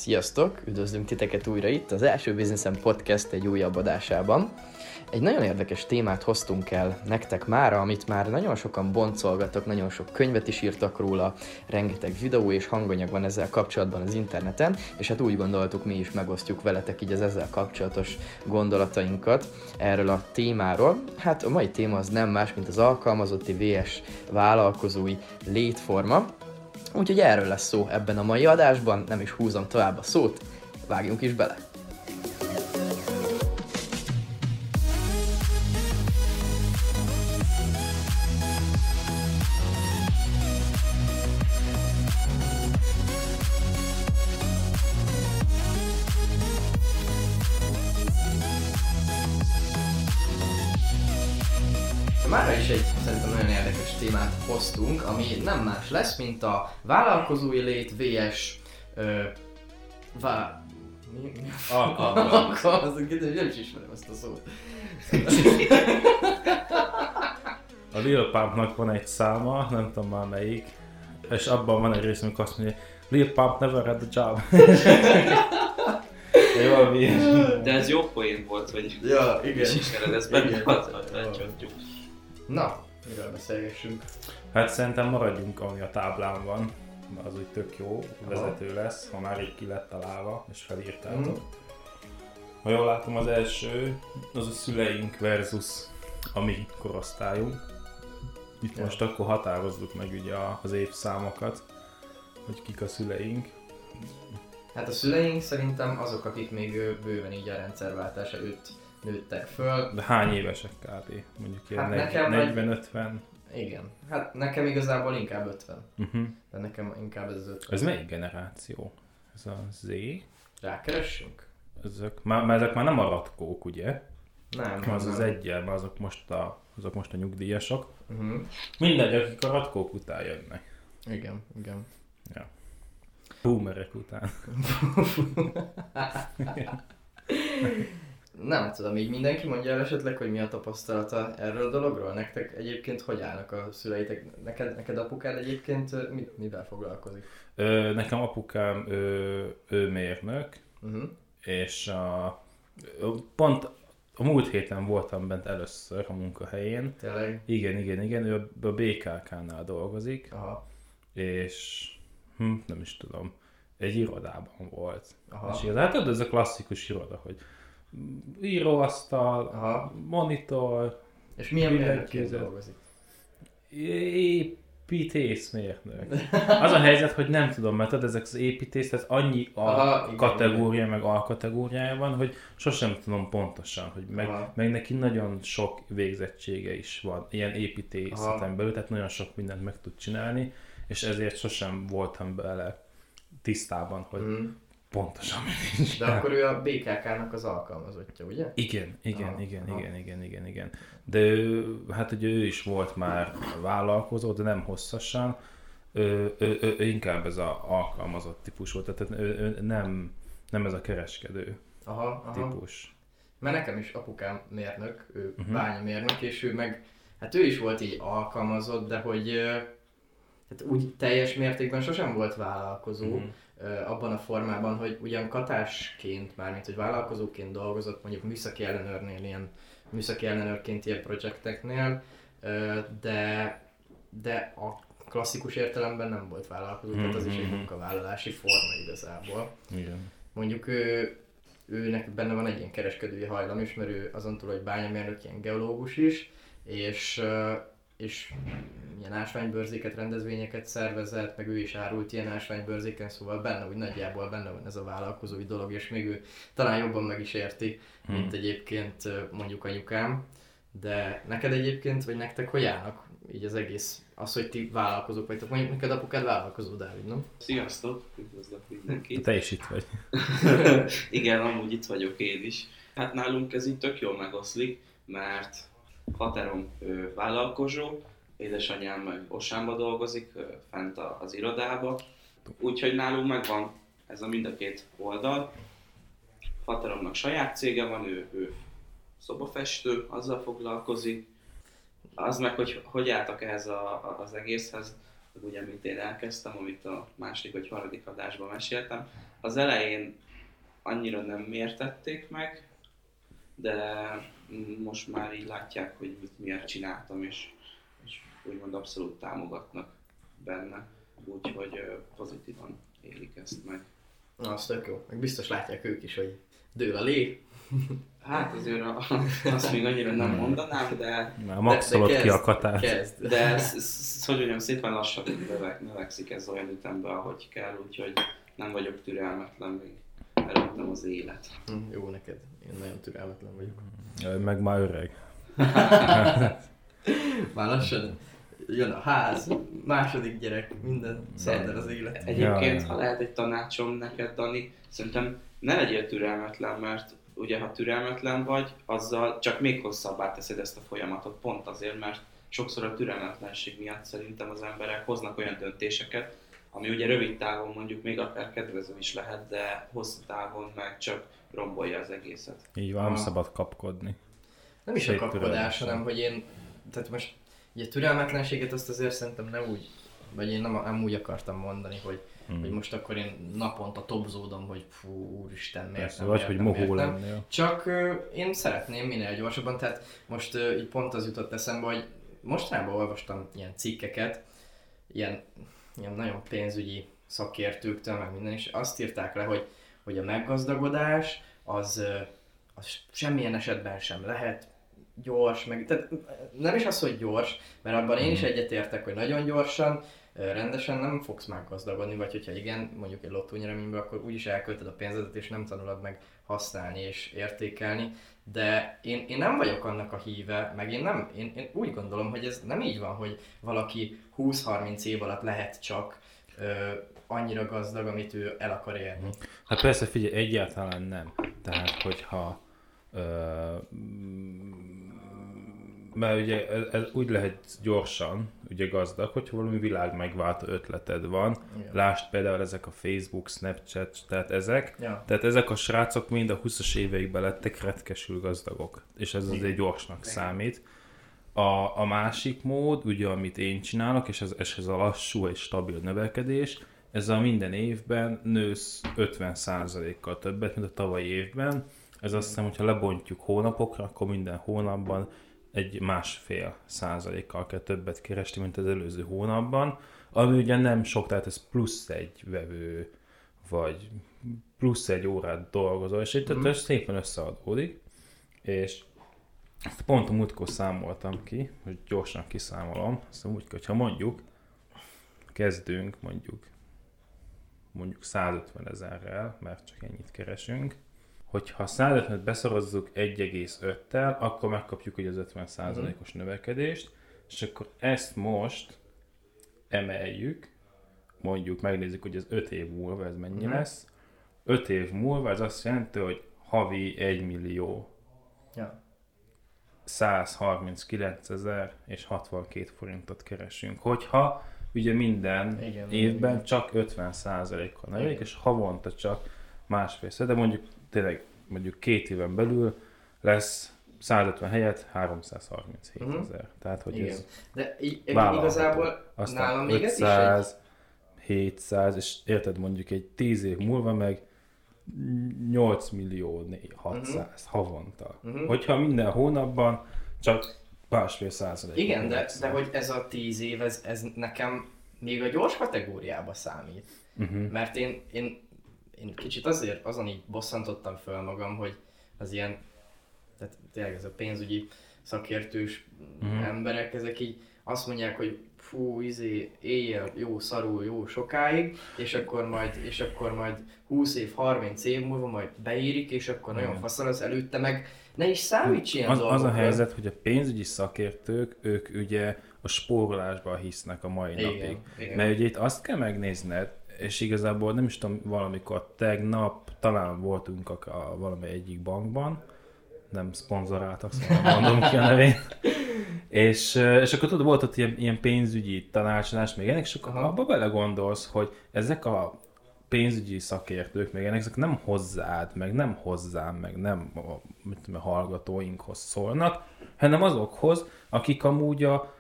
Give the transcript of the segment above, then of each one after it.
Sziasztok! Üdvözlünk titeket újra itt, az Első Bizniszem Podcast egy újabb adásában. Egy nagyon érdekes témát hoztunk el nektek mára, amit már nagyon sokan boncolgatok, nagyon sok könyvet is írtak róla, rengeteg videó és hanganyag van ezzel kapcsolatban az interneten, és hát úgy gondoltuk, mi is megosztjuk veletek így az ezzel kapcsolatos gondolatainkat erről a témáról. Hát a mai téma az nem más, mint az alkalmazotti vs. vállalkozói létforma. Úgyhogy erről lesz szó ebben a mai adásban, nem is húzom tovább a szót, vágjunk is bele! Mára is egy szerintem nagyon érdekes témát hoztunk, ami nem más lesz, mint a vállalkozói lét vs. Alkalmazók, nem is ismerem ezt a szót. A Lil Pumpnak van egy száma, nem tudom már melyik, és abban van egy rész, amikor azt mondja, Lil Pump never had a job. De ez jó poén volt, vagy ja, igen. is ismered, ez benne becsapjuk. Na, miről beszélgessünk? Hát szerintem maradjunk, ami a táblán van, mert az úgy tök jó, vezető lesz, ha már így ki lett találva, és felírtátok. Ha jól látom, az első, az a szüleink versus a mi korosztályunk. Itt most akkor határozzuk meg ugye az évszámokat, hogy kik a szüleink. Hát a szüleink szerintem azok, akik még bőven így a rendszerváltása őt nőttek föl. De hány évesek kb? Mondjuk ilyen hát 40-50? Igen. Hát nekem igazából inkább 50. De nekem inkább ez az 50. Ez melyik generáció? Ez a Z? Rákeressünk? Ezek már nem a ratkók, ugye? Nem. Az egyen, mert azok most a nyugdíjasok. Mindegy, akik a ratkók után jönnek. Igen. Ja. Boomerek után. Nem tudom, így mindenki mondja el esetleg, hogy mi a tapasztalata erről a dologról? Nektek egyébként hogy állnak a szüleitek? Neked apukád egyébként mivel foglalkozik? Nekem apukám ő mérnök, és pont a múlt héten voltam bent először a munkahelyén. Tényleg? Igen, ő a BKK-nál dolgozik. Aha. És nem is tudom, egy irodában volt. Aha. És hát ez a klasszikus iroda, hogy íróasztal, monitor. És milyen mérnökként dolgozik? Építészmérnök. Az a helyzet, hogy nem tudom, mert ezek az építész, tehát annyi kategória, meg alkategóriája van, hogy sosem tudom pontosan, hogy meg neki nagyon sok végzettsége is van, ilyen építészeten belül, tehát nagyon sok mindent meg tud csinálni, és ezért sosem voltam bele tisztában, hogy pontosan is. De akkor ő a BKK-nak az alkalmazottja, ugye? Igen. De hát ugye ő is volt már vállalkozó, de nem hosszasan. Ő inkább ez az alkalmazott típus volt, tehát ő nem ez a kereskedő típus. Mert nekem is apukám mérnök, ő bányamérnök, és ő meg, hát ő is volt így alkalmazott, de hogy hát úgy teljes mértékben sosem volt vállalkozó, abban a formában, hogy ugyan katásként, mármint hogy vállalkozóként dolgozott, mondjuk műszaki ellenőrként ilyen projekteknél, de a klasszikus értelemben nem volt vállalkozó, tehát az is egy munkavállalási forma igazából. Igen. Mondjuk őnek benne van egy ilyen kereskedői hajlam is, mert ő azon túl, hogy bányamérnök, ilyen geológus is, és ilyen ásványbőrzéket, rendezvényeket szervezett, meg ő is árult ilyen ásványbőrzéken, szóval úgy nagyjából benne van ez a vállalkozói dolog, és még ő talán jobban meg is érti, mint egyébként mondjuk anyukám. De neked egyébként, vagy nektek hogy állnak így az egész, az, hogy ti vállalkozók vagytok, mondjuk neked apukád vállalkozó, Dávid, nem? Sziasztok, üdvözlök mindenkit. Te is itt vagy. Igen, amúgy itt vagyok én is. Hát nálunk ez így tök jól megoszlik, mert haterom vállalkozó, édesanyám meg Ossánba dolgozik, fent az irodába. Úgyhogy nálunk megvan ez a mind a két oldal. Fateromnak saját cége van, ő szobafestő, azzal foglalkozik. Az meg, hogy álltak ehhez az egészhez, ugye, mint én elkezdtem, amit a második vagy harmadik adásban meséltem, az elején annyira nem értették meg, de most már így látják, hogy miért csináltam, és úgymond abszolút támogatnak benne, úgyhogy pozitívan élik ezt meg. Na, az tök jó. Meg biztos látják ők is, hogy dől a lé. Hát azért azt még annyira nem mondanám, de... Már maxolod ki a katát. De ez, hogy mondjam, szépen lassan növekszik ez olyan ütemben, ahogy kell, úgyhogy nem vagyok türelmetlen, még előttem az élet. Jó neked, én nagyon türelmetlen vagyok. Meg már öreg. Már lassan jön a ház, második gyerek, minden szalad az élet. Egyébként, ha lehet egy tanácsom neked, Dani, szerintem ne legyél türelmetlen, mert ugye ha türelmetlen vagy, azzal csak még hosszabbá teszed ezt a folyamatot, pont azért, mert sokszor a türelmetlenség miatt szerintem az emberek hoznak olyan döntéseket, ami ugye rövid távon mondjuk még akár kedvező is lehet, de hosszú távon meg csak rombolja az egészet. Így van, nem szabad kapkodni. Nem is a kapkodás, hanem hogy én, tehát most ugye türelmetlenséget azt azért szerintem nem úgy, vagy én nem úgy akartam mondani, hogy most akkor én naponta topzódom, hogy fú, úristen, miért nem, vagy, hogy mohó lennél. Csak én szeretném minél gyorsabban, tehát most így pont az jutott eszembe, hogy mostanában olvastam ilyen cikkeket, ilyen nagyon pénzügyi szakértőktől, meg minden, és azt írták le, hogy a meggazdagodás az semmilyen esetben sem lehet gyors, meg, tehát nem is az, hogy gyors, mert abban én is egyetértek, hogy nagyon gyorsan, rendesen nem fogsz meggazdagodni, vagy hogyha igen, mondjuk egy lottónyereményből, akkor úgyis elköltöd a pénzedet, és nem tanulod meg használni és értékelni, de én nem vagyok annak a híve, meg én úgy gondolom, hogy ez nem így van, hogy valaki 20-30 év alatt lehet csak annyira gazdag, amit ő el akar érni. Hát persze, figyelj, egyáltalán nem. Tehát, hogyha mert ugye ez úgy lehet gyorsan, ugye gazdag, hogyha valami világ megváltó ötleted van. Igen. Lásd például ezek a Facebook, Snapchat, tehát ezek. Ja. Tehát ezek a srácok mind a 20-as éveikben lettek retkesül gazdagok. És ez azért gyorsnak számít. A másik mód, ugye amit én csinálok, és ez a lassú és stabil növekedés, ez a minden évben nősz 50%-kal többet, mint a tavalyi évben. Ez azt hiszem, hogyha lebontjuk hónapokra, akkor minden hónapban egy 1,5%-kal kell többet keresni, mint az előző hónapban, ami ugye nem sok, tehát ez plusz egy vevő, vagy plusz egy órát dolgozol, és itt ez szépen összeadódik, és ezt pont a múltkor számoltam ki, hogy gyorsan kiszámolom, azt úgy, hogyha mondjuk kezdünk mondjuk 150 000-rel, mert csak ennyit keresünk, hogyha 150-et beszorozzuk 1,5-tel, akkor megkapjuk ugye az 50%-os növekedést, és akkor ezt most emeljük, mondjuk megnézzük, hogy az 5 év múlva ez mennyi lesz. 5 év múlva ez azt jelenti, hogy havi 1 millió 139 062 forintot keresünk. Hogyha ugye minden évben csak 50%-kal növelik, és havonta csak másfélszer, de mondjuk tényleg mondjuk 2 éven belül lesz 150 helyett 337 000. Tehát, hogy ez de igazából nálam még 500, 700, és érted, mondjuk egy 10 év múlva meg 8 millió 600 havonta. Hogyha minden hónapban csak 1,5%. Igen, de hogy ez a 10 év, ez nekem még a gyors kategóriába számít. Mert én kicsit azért azon így bosszantottam föl magam, hogy az ilyen, tehát tényleg ez a pénzügyi szakértős emberek, ezek így azt mondják, hogy fú, éljél jó szarul jó sokáig, és akkor majd 20 év, 30 év múlva majd beérik, és akkor nagyon faszal az előtte meg ne is számíts ilyen dolgokra. Az a helyzet, hogy a pénzügyi szakértők, ők ugye a spórolásban hisznek a mai napig. Igen. Mert ugye itt azt kell megnézned, és igazából nem is tudom, valamikor tegnap talán voltunk a valami egyik bankban, nem szponzoráltak, szóval mondom ki a nevét. És akkor tudod, volt ott ilyen pénzügyi tanácsadás, még ennek, és akkor abba belegondolsz, hogy ezek a pénzügyi szakértők, még ennek ezek nem hozzád, meg nem hozzám, meg nem a hallgatóinkhoz szólnak, hanem azokhoz, akik amúgy a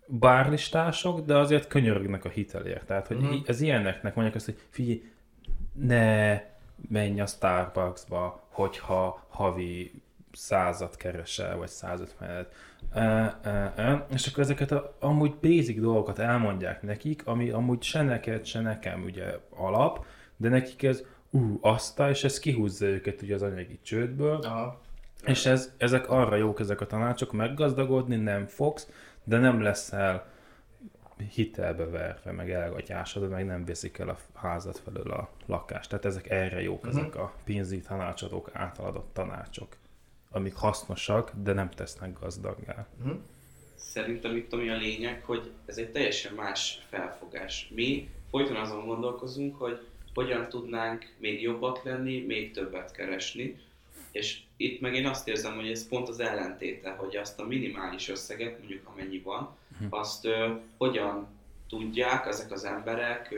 bárlistások, de azért könyörögnek a hitelért. Tehát, hogy ez ilyeneknek mondják azt, hogy figyelj, ne menj a Starbucksba, hogyha havi 100-at keresel, vagy 150-et. És akkor ezeket amúgy basic dolgokat elmondják nekik, ami amúgy se neked, se nekem ugye alap, de nekik ez és ez kihúzza őket ugye az anyagi csődből. Aha. És ezek arra jók, ezek a tanácsok, meggazdagodni nem fogsz, de nem leszel hitelbe verve, meg elgatyásodva, meg nem veszik el a házad felől a lakást. Tehát ezek erre jók, ezek a pénzügyi tanácsadók által adott tanácsok, amik hasznosak, de nem tesznek gazdaggá. Szerintem itt ami a lényeg, hogy ez egy teljesen más felfogás. Mi folyton azon gondolkozunk, hogy hogyan tudnánk még jobbak lenni, még többet keresni, és itt meg én azt érzem, hogy ez pont az ellentéte, hogy azt a minimális összeget, mondjuk amennyi van, azt hogyan tudják ezek az emberek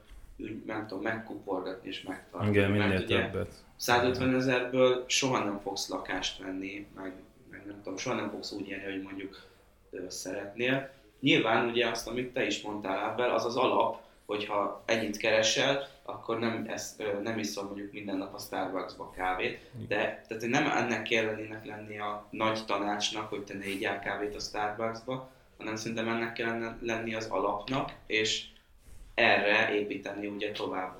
nem tudom, megkuporgatni és megtartani. Igen, minél többet. 150 000-ből soha nem fogsz lakást venni, meg nem tudom, soha nem fogsz úgy élni, hogy mondjuk szeretnél. Nyilván ugye azt, amit te is mondtál, Ábel, az az alap, hogyha ennyit keresel, akkor nem iszol mondjuk minden nap a Starbucksba kávét, de tehát nem ennek kellene lenni a nagy tanácsnak, hogy te ne igyál kávét a Starbucksba, hanem szerintem ennek kellene lenni az alapnak, és erre építeni ugye tovább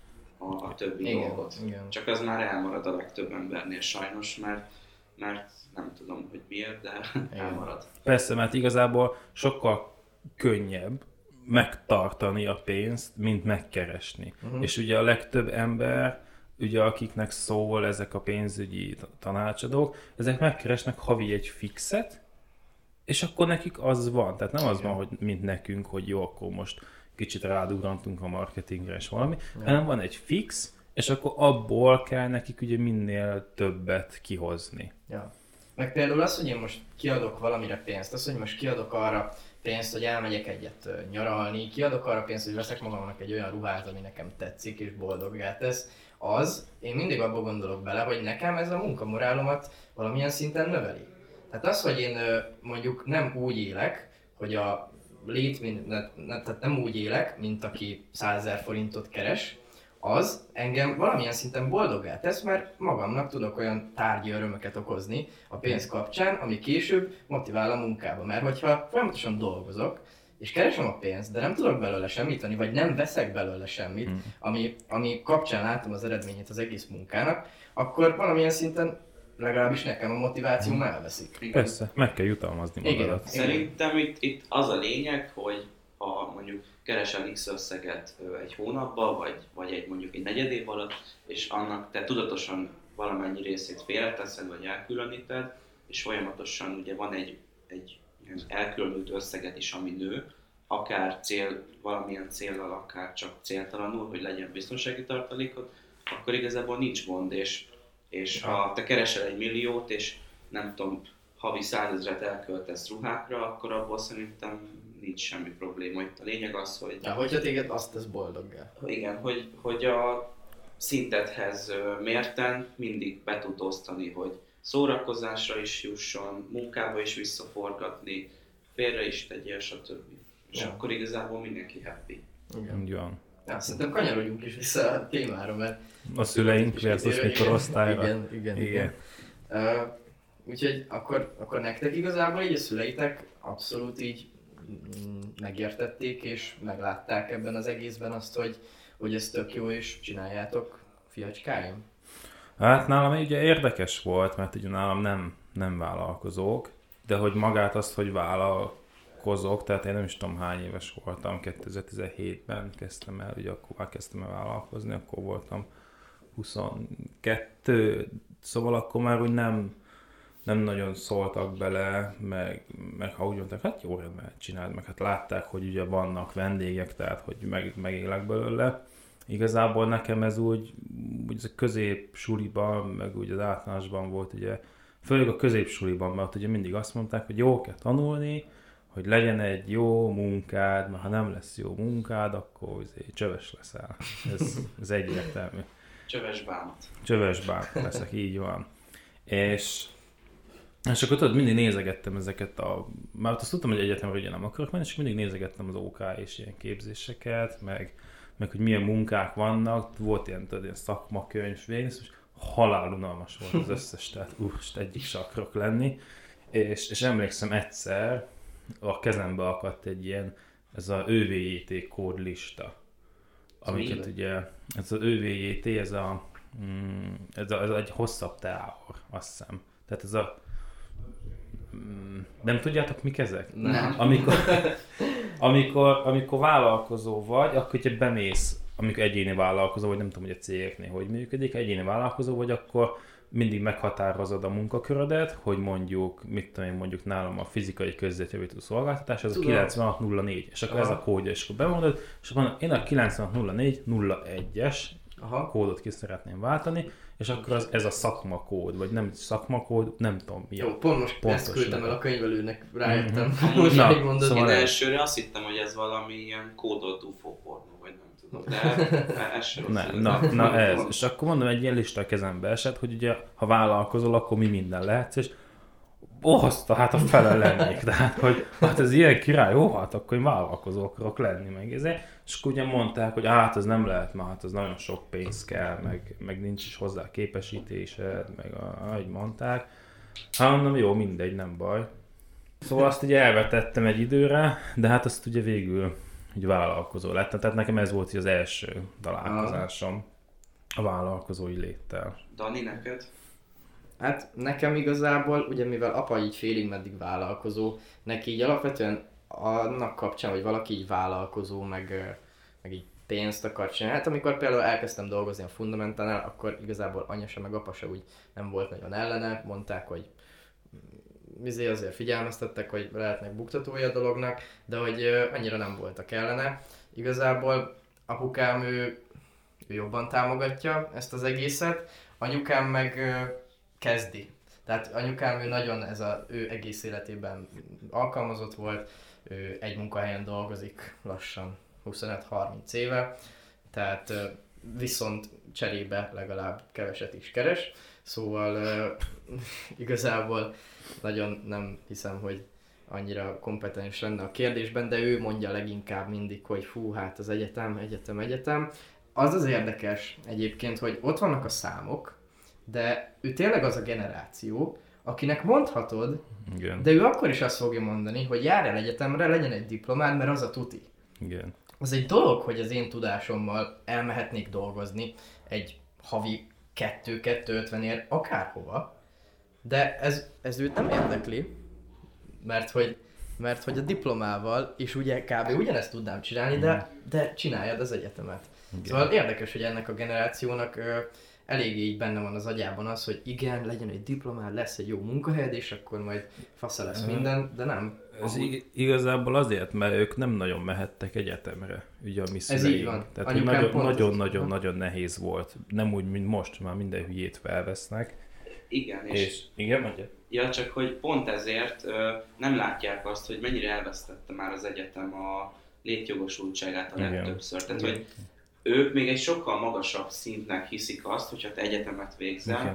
a többi dolgot. Igen. Csak az már elmarad a legtöbb embernél sajnos, mert nem tudom, hogy miért, de elmarad. Persze, mert igazából sokkal könnyebb megtartani a pénzt, mint megkeresni. És ugye a legtöbb ember, ugye akiknek szól ezek a pénzügyi tanácsadók, ezek megkeresnek havi egy fixet, és akkor nekik az van. Tehát nem az van, hogy mint nekünk, hogy jó, akkor most kicsit rádugrantunk a marketingre és valami, hanem van egy fix, és akkor abból kell nekik ugye minél többet kihozni. Ja. Meg például az, hogy én most kiadok valamire pénzt, az, hogy most kiadok arra pénzt, hogy elmegyek egyet nyaralni, kiadok arra pénzt, hogy veszek magamnak egy olyan ruhát, ami nekem tetszik és boldoggá tesz, én mindig abba gondolok bele, hogy nekem ez a munkamorálomat valamilyen szinten növeli. Tehát az, hogy én mondjuk nem úgy élek, hogy tehát nem úgy élek, mint aki 100 000 forintot keres, az engem valamilyen szinten boldoggá tesz, mert magamnak tudok olyan tárgyi örömöket okozni a pénz kapcsán, ami később motivál a munkába. Mert hogyha folyamatosan dolgozok, és keresem a pénzt, de nem tudok belőle semmit, vagy nem veszek belőle semmit, ami kapcsán látom az eredményét az egész munkának, akkor valamilyen szinten legalábbis nekem a motivációm elveszik. Persze, meg kell jutalmazni magadat. Szerintem itt az a lényeg, hogy ha mondjuk keresel X összeget egy hónapban, vagy mondjuk egy negyed év alatt, és annak te tudatosan valamennyi részét félreteszed, vagy elkülöníted, és folyamatosan ugye van egy elkülönült összeget is, ami nő, akár valamilyen céllal, akár csak céltalanul, hogy legyen biztonsági tartalékot, akkor igazából nincs gond, és ha te keresel 1 milliót, és nem tudom, havi 100 000-et elköltesz ruhákra, akkor abból szerintem nincs semmi probléma. Itt a lényeg az, hogy... Ja, hogyha téged azt tesz boldoggá. Igen, hogy a szintedhez mérten mindig be tud osztani, hogy szórakozásra is jusson, munkába is visszaforgatni, félre is tegyél, stb. És akkor igazából mindenki happy. Igen. Úgy van. Ja, szerintem kanyarodjunk is vissza a témára, mert... A szüleink versus mikorosztályra. Igen. Úgyhogy akkor nektek igazából így a szüleitek abszolút így megértették és meglátták ebben az egészben azt, hogy ez tök jó és csináljátok, fiacskáim? Hát nálam ugye érdekes volt, mert ugye nálam nem vállalkozók, de hogy magát azt, hogy vállalkozok, tehát én nem is tudom hány éves voltam, 2017-ben kezdtem el, ugye akkor már kezdtem el vállalkozni, akkor voltam 22, szóval akkor már úgy nem nagyon szóltak bele, meg ha úgy mondták, hát jó, mert csináld meg, hát látták, hogy ugye vannak vendégek, tehát hogy megélek belőle. Igazából nekem ez úgy a középsuliban, meg úgy az általánosban volt ugye, főleg a középsuliban, mert ugye mindig azt mondták, hogy jó kell tanulni, hogy legyen egy jó munkád, mert ha nem lesz jó munkád, akkor csöves leszel. Ez egyértelmű. Csöves bámat leszek, így van. És akkor tudod, mindig nézegettem ezeket mert azt tudtam, hogy egyetemre ugye nem akarok menni, és mindig nézegettem az OK és ilyen képzéseket, meg meg hogy milyen munkák vannak, volt ilyen szakmakönyv, és halálunalmas volt az összes, tehát egyik se akarok lenni. És emlékszem egyszer, a kezembe akadt egy ilyen, ez a ÖVJT kódlista. Amiket ugye, ez az ÖVJT, ez egy hosszabb távol, azt hiszem. Tehát ez a... Nem tudjátok, mik ezek? Nem. Amikor vállalkozó vagy, akkor hogyha bemész, amikor egyéni vállalkozó vagy, nem tudom, hogy a cégeknél hogy működik, egyéni vállalkozó vagy, akkor mindig meghatározod a munkakörödet, hogy mondjuk nálam a fizikai közvetjavító szolgáltatás, az a 9604, és akkor ez a kódja, és akkor bemondod, és akkor mondod, én a 9604-01-es kódot ki szeretném váltani, és akkor ez a szakmakód, vagy nem szakmakód, nem tudom mi. Jó, pont most ezt küldtem el a könyvelőnek, rájöttem. Én elsőre azt hittem, hogy ez valami ilyen kódolt UFO pornó, vagy nem tudom, de ez sem ez. És akkor mondom, egy ilyen lista a kezembe esett, hogy ugye, ha vállalkozol, akkor mi minden lehetsz, és hát a fele lennék, tehát, hogy hát ez ilyen király, hát akkor én vállalkozó akarok lenni, meg ezért. És akkor ugye mondták, hogy hát ez nem lehet, mert hát ez nagyon sok pénz kell, meg nincs is hozzá képesítésed, meg ahogy mondták. Hát mondom, jó, mindegy, nem baj. Szóval azt ugye elvetettem egy időre, de hát azt ugye végül így vállalkozó lettem. Tehát nekem ez volt az első találkozásom a vállalkozói léttel. Dani, neked? Hát nekem igazából, ugye mivel apa így félig meddig vállalkozó, neki így alapvetően annak kapcsán, hogy valaki így vállalkozó, meg így pénzt akar csinálni. Hát amikor például elkezdtem dolgozni a Fundamentálnál, akkor igazából anya se meg apa se úgy nem volt nagyon ellene, mondták, hogy azért figyelmeztettek, hogy lehetnek buktatója a dolognak, de hogy annyira nem voltak ellene. Igazából apukám ő jobban támogatja ezt az egészet, anyukám meg kezdi. Tehát anyukám ő nagyon ő egész életében alkalmazott volt, ő egy munkahelyen dolgozik lassan 25-30 éve, tehát viszont cserébe legalább keveset is keres, szóval igazából nagyon nem hiszem, hogy annyira kompetens lenne a kérdésben, de ő mondja leginkább mindig, hogy hát az egyetem. Az érdekes egyébként, hogy ott vannak a számok, de ő tényleg az a generáció, akinek mondhatod, igen, de ő akkor is azt fogja mondani, hogy járj el egyetemre, legyen egy diplomád, mert az a tuti. Igen. Az egy dolog, hogy az én tudásommal elmehetnék dolgozni egy havi 2-250-ért akárhova, de ez őt nem érdekli, mert hogy a diplomával is ugye kb. Ugyanezt tudnám csinálni, de csináljad az egyetemet. Igen. Szóval érdekes, hogy ennek a generációnak eléggé így benne van az agyában az, hogy igen, legyen egy diplomád, lesz egy jó munkahelyed, és akkor majd fasza lesz minden, de nem. Ez igazából azért, mert ők nem nagyon mehettek egyetemre, ugye a mi szüleink. Ez így van. Tehát nagyon-nagyon nehéz volt. Nem úgy, mint most, már minden hülyét felvesznek. Igen, és igen, mondja? Ja, csak hogy pont ezért nem látják azt, hogy mennyire elvesztette már az egyetem a létjogosultságát a legtöbbször. Tehát, hogy ők még egy sokkal magasabb szintnek hiszik azt, hogyha te egyetemet végzel,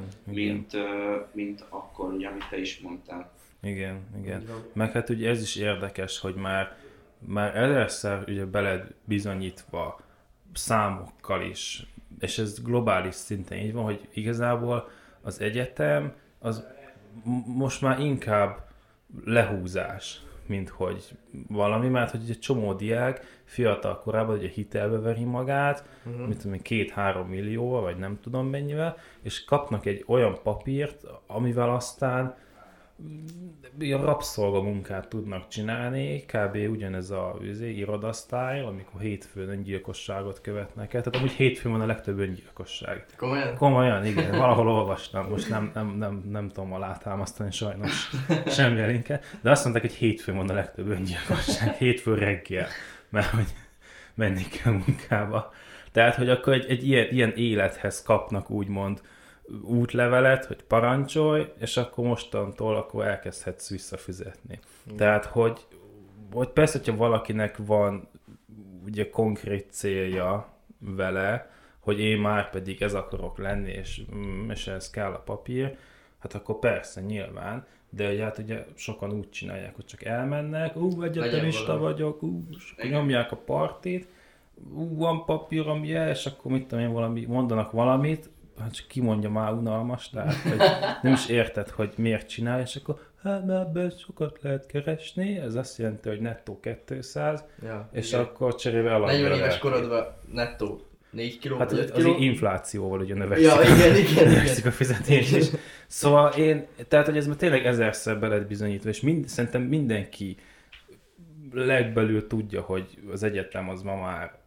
mint akkor, ugye, amit te is mondtál. Igen. Meg hát ugye ez is érdekes, hogy már ezerszer ugye beled bizonyítva számokkal is, és ez globális szinten így van, hogy igazából az egyetem az most már inkább lehúzás, mint hogy valami, mert hogy egy csomó diák fiatal korában ugye hitelbe veri magát, mint tudom, 2-3 millióval, vagy nem tudom mennyivel, és kapnak egy olyan papírt, amivel aztán a rabszolgamunkát tudnak csinálni, kb. Ugyanez a irodasztály, amikor hétfőn öngyilkosságot követnek el. Tehát amúgy hétfőn van a legtöbb öngyilkosság. Komolyan, igen. Valahol olvastam, most nem tudom alátámasztani sajnos semmilyen linket, de azt mondták, hogy hétfőn van a legtöbb öngyilkosság, hétfő reggel, mert hogy menni kell munkába. Tehát, hogy akkor egy ilyen élethez kapnak úgymond útlevelet, hogy parancsolj, és akkor mostantól akkor elkezdhetsz visszafizetni. Tehát, hogy persze, hogyha valakinek van ugye konkrét célja vele, hogy én már pedig ez akarok lenni, és ez kell a papír, hát akkor persze, nyilván, de hát ugye sokan úgy csinálják, hogy csak elmennek, egyetemista vagyok, és akkor nyomják a partit, van papírom, és akkor mit tudom én, mondanak valamit, hát csak kimondja már unalmas, tehát hogy nem is érted, hogy miért csinálja, és akkor hát ebből sokat lehet keresni, ez azt jelenti, hogy nettó 200, és igen. Akkor cserébe eladja. 40 éves korodban nettó 4 kiló, hát vagy 5 az kiló. inflációval ugye növekszik, igen. A fizetés is. Szóval tehát hogy ez már tényleg ezerszer be lett bizonyítva, és szerintem mindenki legbelül tudja, hogy az egyetem az ma már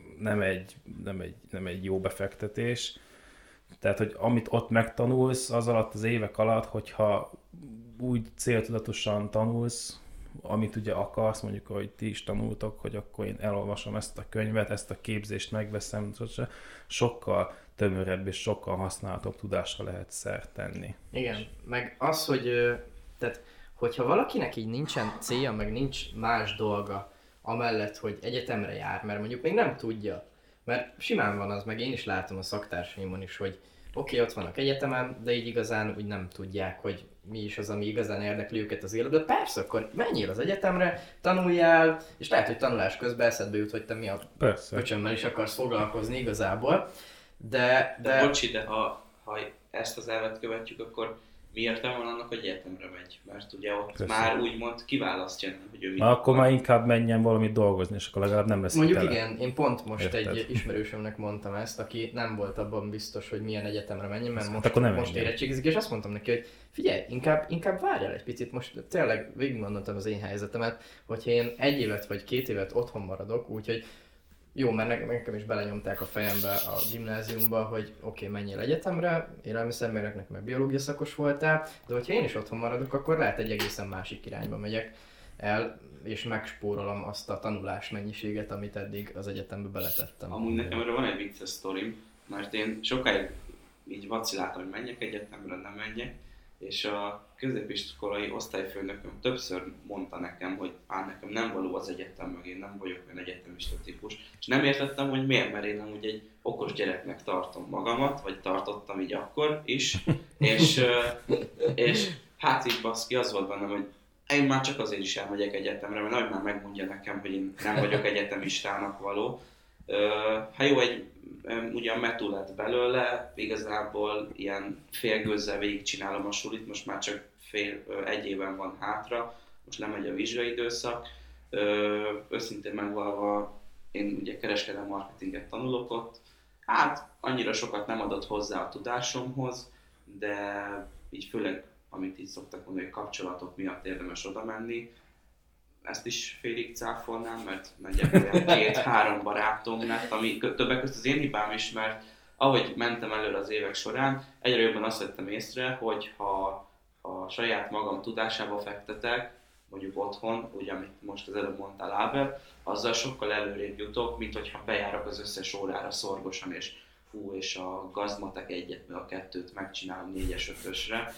nem egy jó befektetés. Tehát, hogy amit ott megtanulsz, az alatt az évek alatt, hogyha úgy céltudatosan tanulsz, amit ugye akarsz, mondjuk, ahogy ti is tanultok, hogy akkor én elolvasom ezt a könyvet, ezt a képzést megveszem, sokkal tömörebb és sokkal használhatóbb tudásra lehet szert tenni. Igen, meg az, hogy tehát, hogyha valakinek így nincsen célja, meg nincs más dolga, amellett, hogy egyetemre jár, mert mondjuk még nem tudja, mert simán van az, meg én is látom a szaktársaimon is, hogy oké, ott vannak egyetemen, de így igazán úgy nem tudják, hogy mi is az, ami igazán érdekli őket az életben. Persze, akkor menjél az egyetemre, tanuljál, és lehet, hogy tanulás közben eszedbe jut, hogy te mi a pöcsömmel is akarsz foglalkozni igazából. De... Bocsi, de ha ezt az elvet követjük, akkor mi értelme van annak, hogy egyetemre megy? Mert ugye ott persze. Már úgymond kiválasztja, hogy ő mit akkor már inkább menjen valamit dolgozni, és akkor legalább nem lesz mondjuk tele. Igen, én pont most egy ismerősömnek mondtam ezt, aki nem volt abban biztos, hogy milyen egyetemre menjen, mert most érettségizik, és azt mondtam neki, hogy figyelj, inkább várjál egy picit, most tényleg végigmondottam az én helyzetemet, hogyha én 1 évet vagy 2 évet otthon maradok, úgyhogy jó, mert nekem is belenyomták a fejembe a gimnáziumba, hogy oké, menjél egyetemre, élelmiszermérnöknek meg biológia szakos voltál, de hogyha én is otthon maradok, akkor lehet egy egészen másik irányba megyek el, és megspórolom azt a tanulás mennyiséget, amit eddig az egyetembe beletettem. Amúgy nekem erre van egy vicces sztorim, mert én sokáig így vaciláltam, hogy menjek egyetemre, nem menjek, és a középiskolai osztályfőnököm többször mondta nekem, hogy nekem nem való az egyetem, meg én nem vagyok olyan egyetemista típus. És nem értettem, hogy miért, mert én amúgy egy okos gyereknek tartom magamat, vagy tartottam így akkor is, és hát így baszki, az volt bennem, hogy én már csak azért is elmegyek egyetemre, mert nagy már megmondja nekem, hogy én nem vagyok egyetemistának való. Hát jó, ugyan metú lett belőle, igazából ilyen félgőzzel végigcsinálom a sulit, most már csak 1 éven van hátra, most lemegy a vizsgai időszak. Őszintén megvalva, én ugye kereskedelmi marketinget tanulok ott, hát annyira sokat nem adott hozzá a tudásomhoz, de így főleg, amit így szoktak mondani, hogy kapcsolatok miatt érdemes oda menni. Ezt is félig cáfolnám, mert nagyjából 2-3 barátom lett, ami többek között az én hibám is, mert ahogy mentem előre az évek során, egyre jobban azt vettem észre, hogy ha a saját magam tudásába fektetek, mondjuk otthon, ugye amit most az előbb mondtál Ábel, azzal sokkal előrébb jutok, mint hogyha bejárok az összes órára szorgosan, és a gazdmatek 1-et, meg a 2-t megcsinálom 4-es, 5-ösre,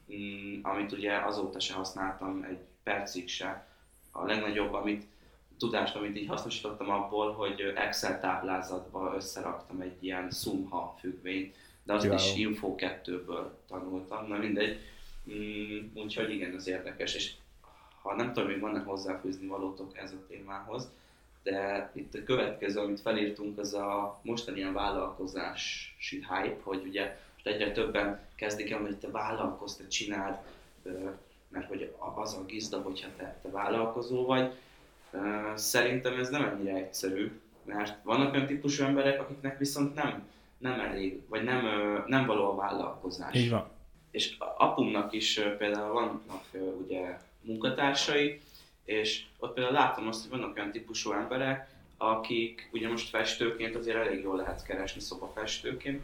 amit ugye azóta se használtam egy percig se. A legnagyobb tudást, amit így hasznosítottam abból, hogy Excel táblázatba összeraktam egy ilyen Sumha függvényt, de azt is Info 2-ből tanultam, na mindegy. Úgyhogy igen, ez érdekes, és ha nem tudom, hogy van-e hozzáfűzni valótok ez a témához, de itt a következő, amit felírtunk, az a mostani ilyen vállalkozási hype, hogy ugye egyre többen kezdik el, hogy te vállalkozz, te csináld, mert hogy az a gizda, hogyha te vállalkozó vagy. Szerintem ez nem ennyire egyszerű, mert vannak olyan típusú emberek, akiknek viszont nem elég, vagy nem való a vállalkozás. Így van. És apumnak is például vannak ugye munkatársai, és ott például látom azt, hogy vannak olyan típusú emberek, akik ugye most festőként azért elég jól lehet keresni, szobafestőként.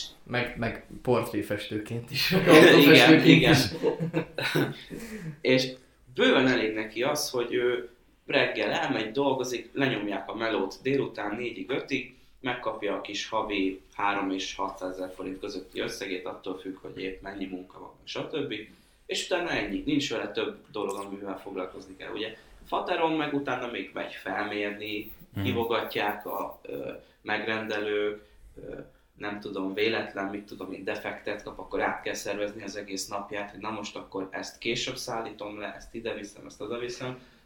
Meg portréfestőként is. Igen. És bőven elég neki az, hogy ő reggel elmegy, dolgozik, lenyomják a melót délután 4-ig, 5-ig, megkapja a kis havi 3 és 600 000 forint közötti összegét, attól függ, hogy épp mennyi munka van, stb. És utána ennyi, nincs vele több dolog, amivel foglalkozni kell. Ugye fateron meg utána még megy felmérni, hívogatják a megrendelők, nem tudom, véletlen, defektet kap, akkor át kell szervezni az egész napját, hogy na most akkor ezt később szállítom le, ezt ide viszem, ezt oda viszem.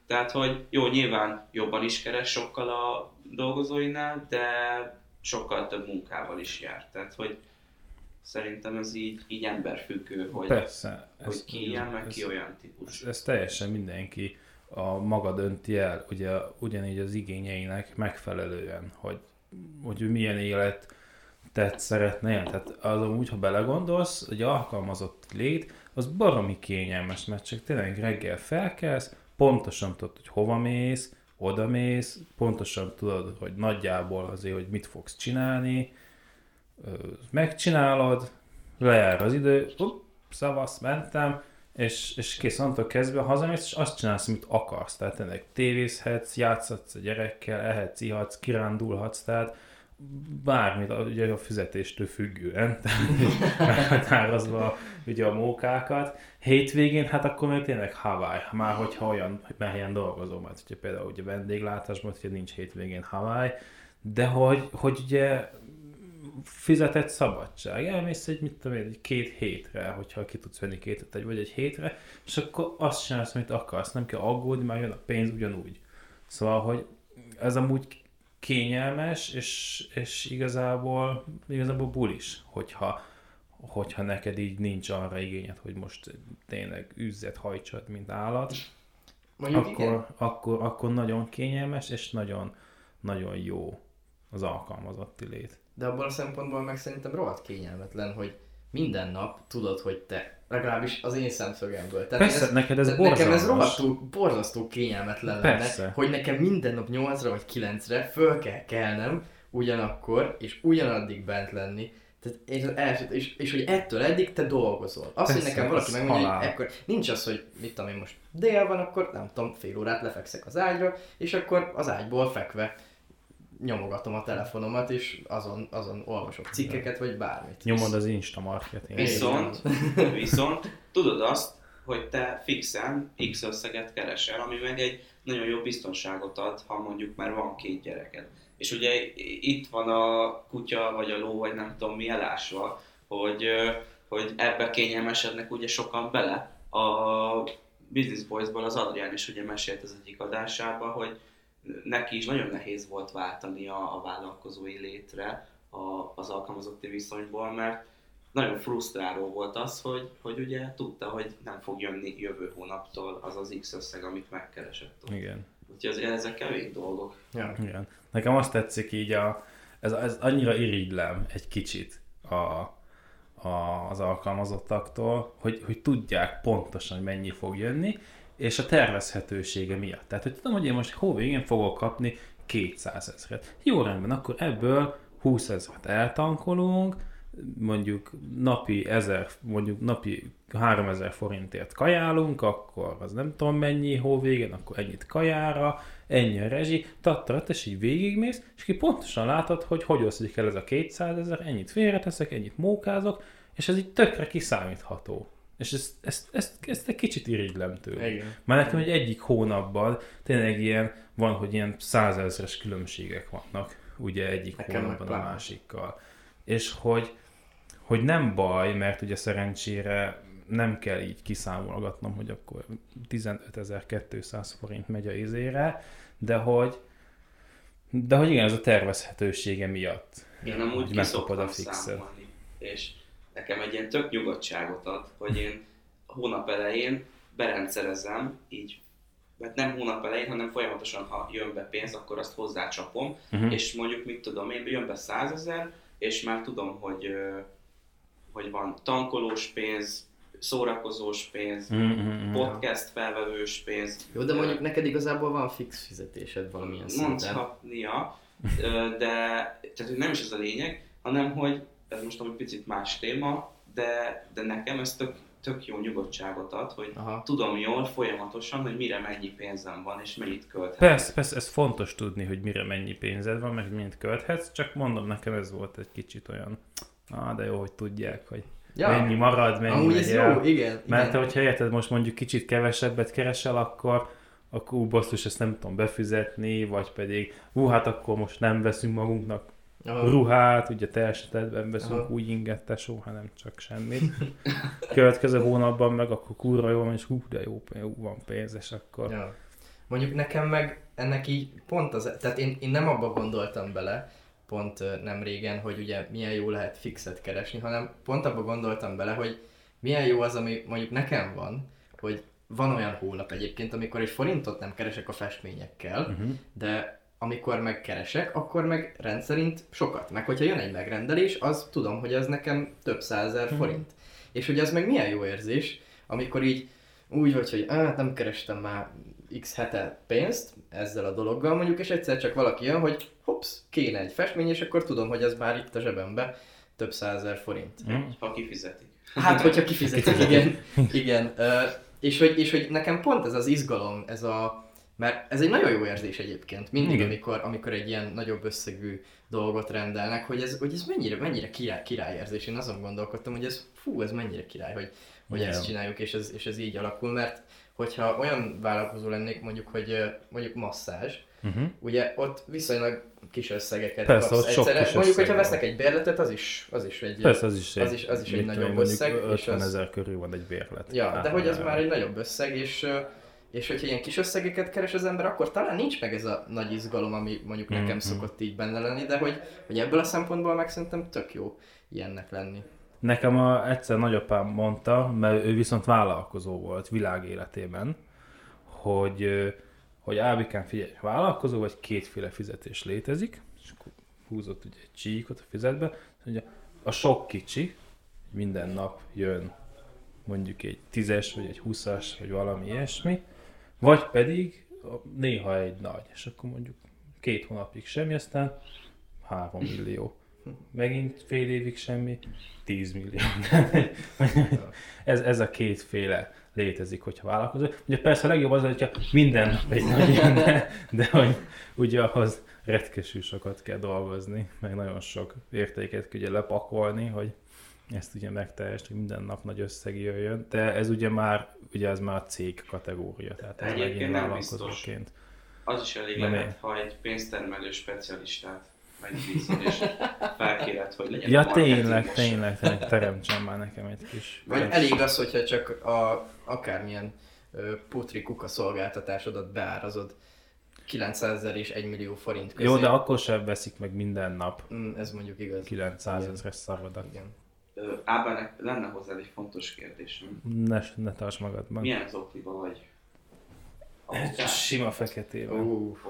Tehát, hogy jó, nyilván jobban is keres sokkal a dolgozóinál, de sokkal több munkával is jár. Tehát, hogy szerintem ez így emberfüggő, hogy, persze, hogy ki ilyen, meg ki olyan típus. Ez teljesen mindenki a maga dönti el, ugye ugyanígy az igényeinek megfelelően, hogy milyen életet szeretne élni. Tehát az úgy, ha belegondolsz, hogy alkalmazott lét, az baromi kényelmes, mert csak tényleg reggel felkelsz, pontosan tudod, hogy hova mész, oda mész, pontosan tudod, hogy nagyjából azért, hogy mit fogsz csinálni, megcsinálod, lejár az idő, szavasz, mentem, és kész, onnantól kezdve hazamész, és azt csinálsz, amit akarsz. Tehát tényleg tévézhetsz, játszhatsz a gyerekkel, ehetsz, ihatsz, kirándulhatsz, tehát bármit, ugye a fizetéstől függően, meghatározva ugye a mókákat. Hétvégén, hát akkor még tényleg Hawaii, már hogyha olyan helyen dolgozom, hát ugye például ugye vendéglátásban, hogy nincs hétvégén Hawaii, de hogy ugye fizetett szabadság, elmész egy 2 hétre, hogyha ki tudsz venni 2 hétet, vagy egy hétre, és akkor azt csinálsz, amit akarsz, nem kell aggódni, már jön a pénz ugyanúgy. Szóval, hogy ez amúgy kényelmes, és igazából bulis, hogyha neked így nincs arra igényed, hogy most tényleg üzzet, hajtsad, mint állat, akkor nagyon kényelmes, és nagyon, nagyon jó az alkalmazotti lét. De abban a szempontból meg szerintem rohadt kényelmetlen, hogy minden nap tudod, hogy te, legalábbis az én szemszögemből. Tehát persze, neked ez borzalmas. Nekem ez borzasztó kényelmetlen lenne, hogy nekem minden nap 8-ra vagy 9-re föl kell kelnem ugyanakkor, és ugyanaddig bent lenni. Tehát és hogy ettől eddig te dolgozol. Az, hogy nekem valaki megmondja, hogy ekkor nincs az, hogy mit tudom én most dél van, akkor nem tudom, fél órát lefekszek az ágyra, és akkor az ágyból fekve nyomogatom a telefonomat, és azon olvasok cikkeket, vagy bármit. Nyomod az Insta marketing. Viszont tudod azt, hogy te fixen X összeget keresel, ami meg egy nagyon jó biztonságot ad, ha mondjuk már van 2 gyereked. És ugye itt van a kutya, vagy a ló, vagy nem tudom mi elásva, hogy ebbe kényelmesednek ugye sokan bele. A Business Boys-ból az Adrián is ugye mesélt az egyik adásában, hogy neki is nagyon nehéz volt váltani a vállalkozói létre az alkalmazotti viszonyból, mert nagyon frusztráló volt az, hogy ugye tudta, hogy nem fog jönni jövő hónaptól az az X összeg, amit megkeresett. Igen. Úgyhogy ezek kevés dolgok. Ja. Igen. Nekem azt tetszik így, ez annyira irigylem egy kicsit az alkalmazottaktól, hogy tudják pontosan, hogy mennyi fog jönni, és a tervezhetősége miatt. Tehát, hogy tudom, hogy én most hóvégén fogok kapni 200 000. Jó, rendben, akkor ebből 20 000 eltankolunk, mondjuk napi 3000 forintért kajálunk, akkor az nem tudom mennyi hóvégén, akkor ennyit kajára, ennyi a rezsi, tattarat, és így végigmész, és ki pontosan látod, hogy oszlik el ez a 200 000, ennyit félreteszek, ennyit mókázok, és ez így tökre kiszámítható. És ezt egy kicsit irigylem tőle. Már nekem egyik hónapban tényleg ilyen van, hogy ilyen 100 000-es különbségek vannak, ugye egyik hónapban a másikkal. És hogy nem baj, mert ugye szerencsére nem kell így kiszámolgatnom, hogy akkor 15.200 forint megy a izére, de hogy igen, ez a tervezhetősége miatt. Én amúgy ki szoktam számolni, és nekem egy ilyen tök nyugodtságot ad, hogy én hónap elején berendszerezem, így, mert nem hónap elején, hanem folyamatosan, ha jön be pénz, akkor azt hozzácsapom, és mondjuk, mit tudom én, jön be 100 000, és már tudom, hogy van tankolós pénz, szórakozós pénz, podcast felvevős pénz. Jó, de mondjuk neked igazából van fix fizetésed valamilyen szinten. Mondhatnia, de tehát nem is ez a lényeg, hanem hogy ez most egy picit más téma, de nekem ez tök jó nyugodtságot ad, hogy tudom jól folyamatosan, hogy mire mennyi pénzem van, és mennyit költhetsz. Persze, ez fontos tudni, hogy mire mennyi pénzed van, meg mennyit költhetsz, csak mondom, nekem ez volt egy kicsit olyan, de jó, hogy tudják, hogy mennyi marad, mennyi megy el. Jó, igen. Mert hogyha érted, most mondjuk kicsit kevesebbet keresel, akkor basszus, ezt nem tudom befizetni, vagy pedig hát akkor most nem veszünk magunknak ruhát, ugye te esetedben veszünk úgy inget, tesó, hanem csak semmit. Következő hónapban meg akkor kurva jó van, és de jó van pénz, és akkor... Ja. Mondjuk nekem meg ennek így pont az, tehát én nem abba gondoltam bele, pont nem régen, hogy ugye milyen jó lehet fixet keresni, hanem pont abba gondoltam bele, hogy milyen jó az, ami mondjuk nekem van, hogy van olyan hónap egyébként, amikor egy forintot nem keresek a festményekkel, de amikor megkeresek, akkor meg rendszerint sokat. Meg hogyha jön egy megrendelés, az tudom, hogy ez nekem több százezer forint. És hogy ez meg milyen jó érzés, amikor így úgy vagy, hogy nem kerestem már x hete pénzt ezzel a dologgal mondjuk, és egyszer csak valaki jön, hogy hopsz, kéne egy festmény, és akkor tudom, hogy ez már itt a zsebembe több százezer forint. Ha kifizetik. Hát, hogyha kifizetik, igen. És hogy nekem pont ez az izgalom, mert ez egy nagyon jó érzés egyébként, mindig, amikor egy ilyen nagyobb összegű dolgot rendelnek, hogy ez mennyire király érzés. Én azon gondolkodtam, hogy ez mennyire király, hogy ezt csináljuk, és ez így alakul, mert hogyha olyan vállalkozó lennék, mondjuk, hogy mondjuk masszázs, ugye ott viszonylag kis összegeket kapsz egyszerre. Mondjuk, hogyha vesznek egy bérletet, az is egy, persze, az is egy nagyobb összeg. 50 000 körül van egy bérlet. Ja, de hogy az már egy nagyobb összeg, és hogyha ilyen kis összegeket keres az ember, akkor talán nincs meg ez a nagy izgalom, ami mondjuk nekem szokott így benne lenni, de hogy ebből a szempontból meg szerintem tök jó ilyennek lenni. Nekem egyszer nagyapám mondta, mert ő viszont vállalkozó volt világéletében, hogy Ábikán figyelj, vállalkozó vagy kétféle fizetés létezik, és akkor húzott ugye egy csíkot a fizetbe, hogy a sok kicsi, minden nap jön mondjuk egy 10-es, vagy egy 20-as, vagy valami ilyesmi, vagy pedig néha egy nagy, és akkor mondjuk 2 hónapig semmi, aztán 3 millió. Megint fél évig semmi, 10 millió. ez a kétféle létezik, hogyha vállalkozó. Ugye persze a legjobb az, hogyha minden nap egy nagy jön, de hogy ugye ahhoz retkesű sokat kell dolgozni, meg nagyon sok értéket kell ugye lepakolni, hogy ezt ugye megteljesd, hogy minden nap nagy összeg jöjjön, de ez ugye már a cég kategória, tehát ez megint vállalkozóként. Az is elég lehet, ha egy pénztermelő specialistát megbízol és felkéred, hogy legyen ja, tényleg, teremtsen már nekem egy kis... Vagy elég az, hogyha csak akármilyen putri kuka szolgáltatásodat beárazod 900 000 és 1 millió forint közé. Jó, de akkor sem veszik meg minden nap. Ez mondjuk igaz. 900 000-es szavadat. Igen. Ábának lenne hozzád egy fontos kérdésem. Ne tarts magadban. Milyen zokliba vagy? Sima feketében.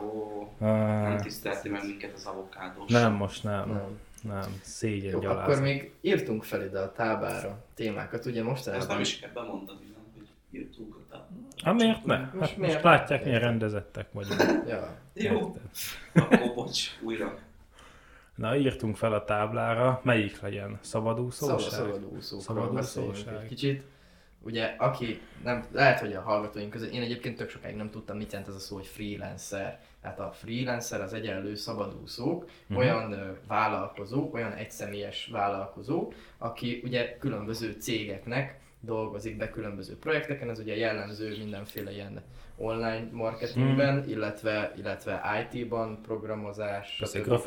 Nem tisztelti meg minket az avokádós. Nem, most nem. Szégyen jó, gyalázat. akkor még írtunk fel ide a táblára témákat, ugye mostanában. Ezt nem is kell bemondani, nem, hogy írtunk a táblára. Hát miért ne? Hát most látják, milyen rendezettek vagyunk. Ja. Jó, akkor bocs, újra. Na, írtunk fel a táblára, melyik legyen? Szabadúszóság? Szabadúszóság. Kicsit. Ugye, aki nem, lehet, hogy a hallgatóink között, én egyébként tök sokáig nem tudtam, mit jelent ez a szó, hogy freelancer. Tehát a freelancer az egyenlő szabadúszók, olyan vállalkozók, olyan egyszemélyes vállalkozó, aki ugye különböző cégeknek dolgozik be különböző projekteken, ez ugye jellemző mindenféle ilyen online marketingben, illetve IT-ban, programozás.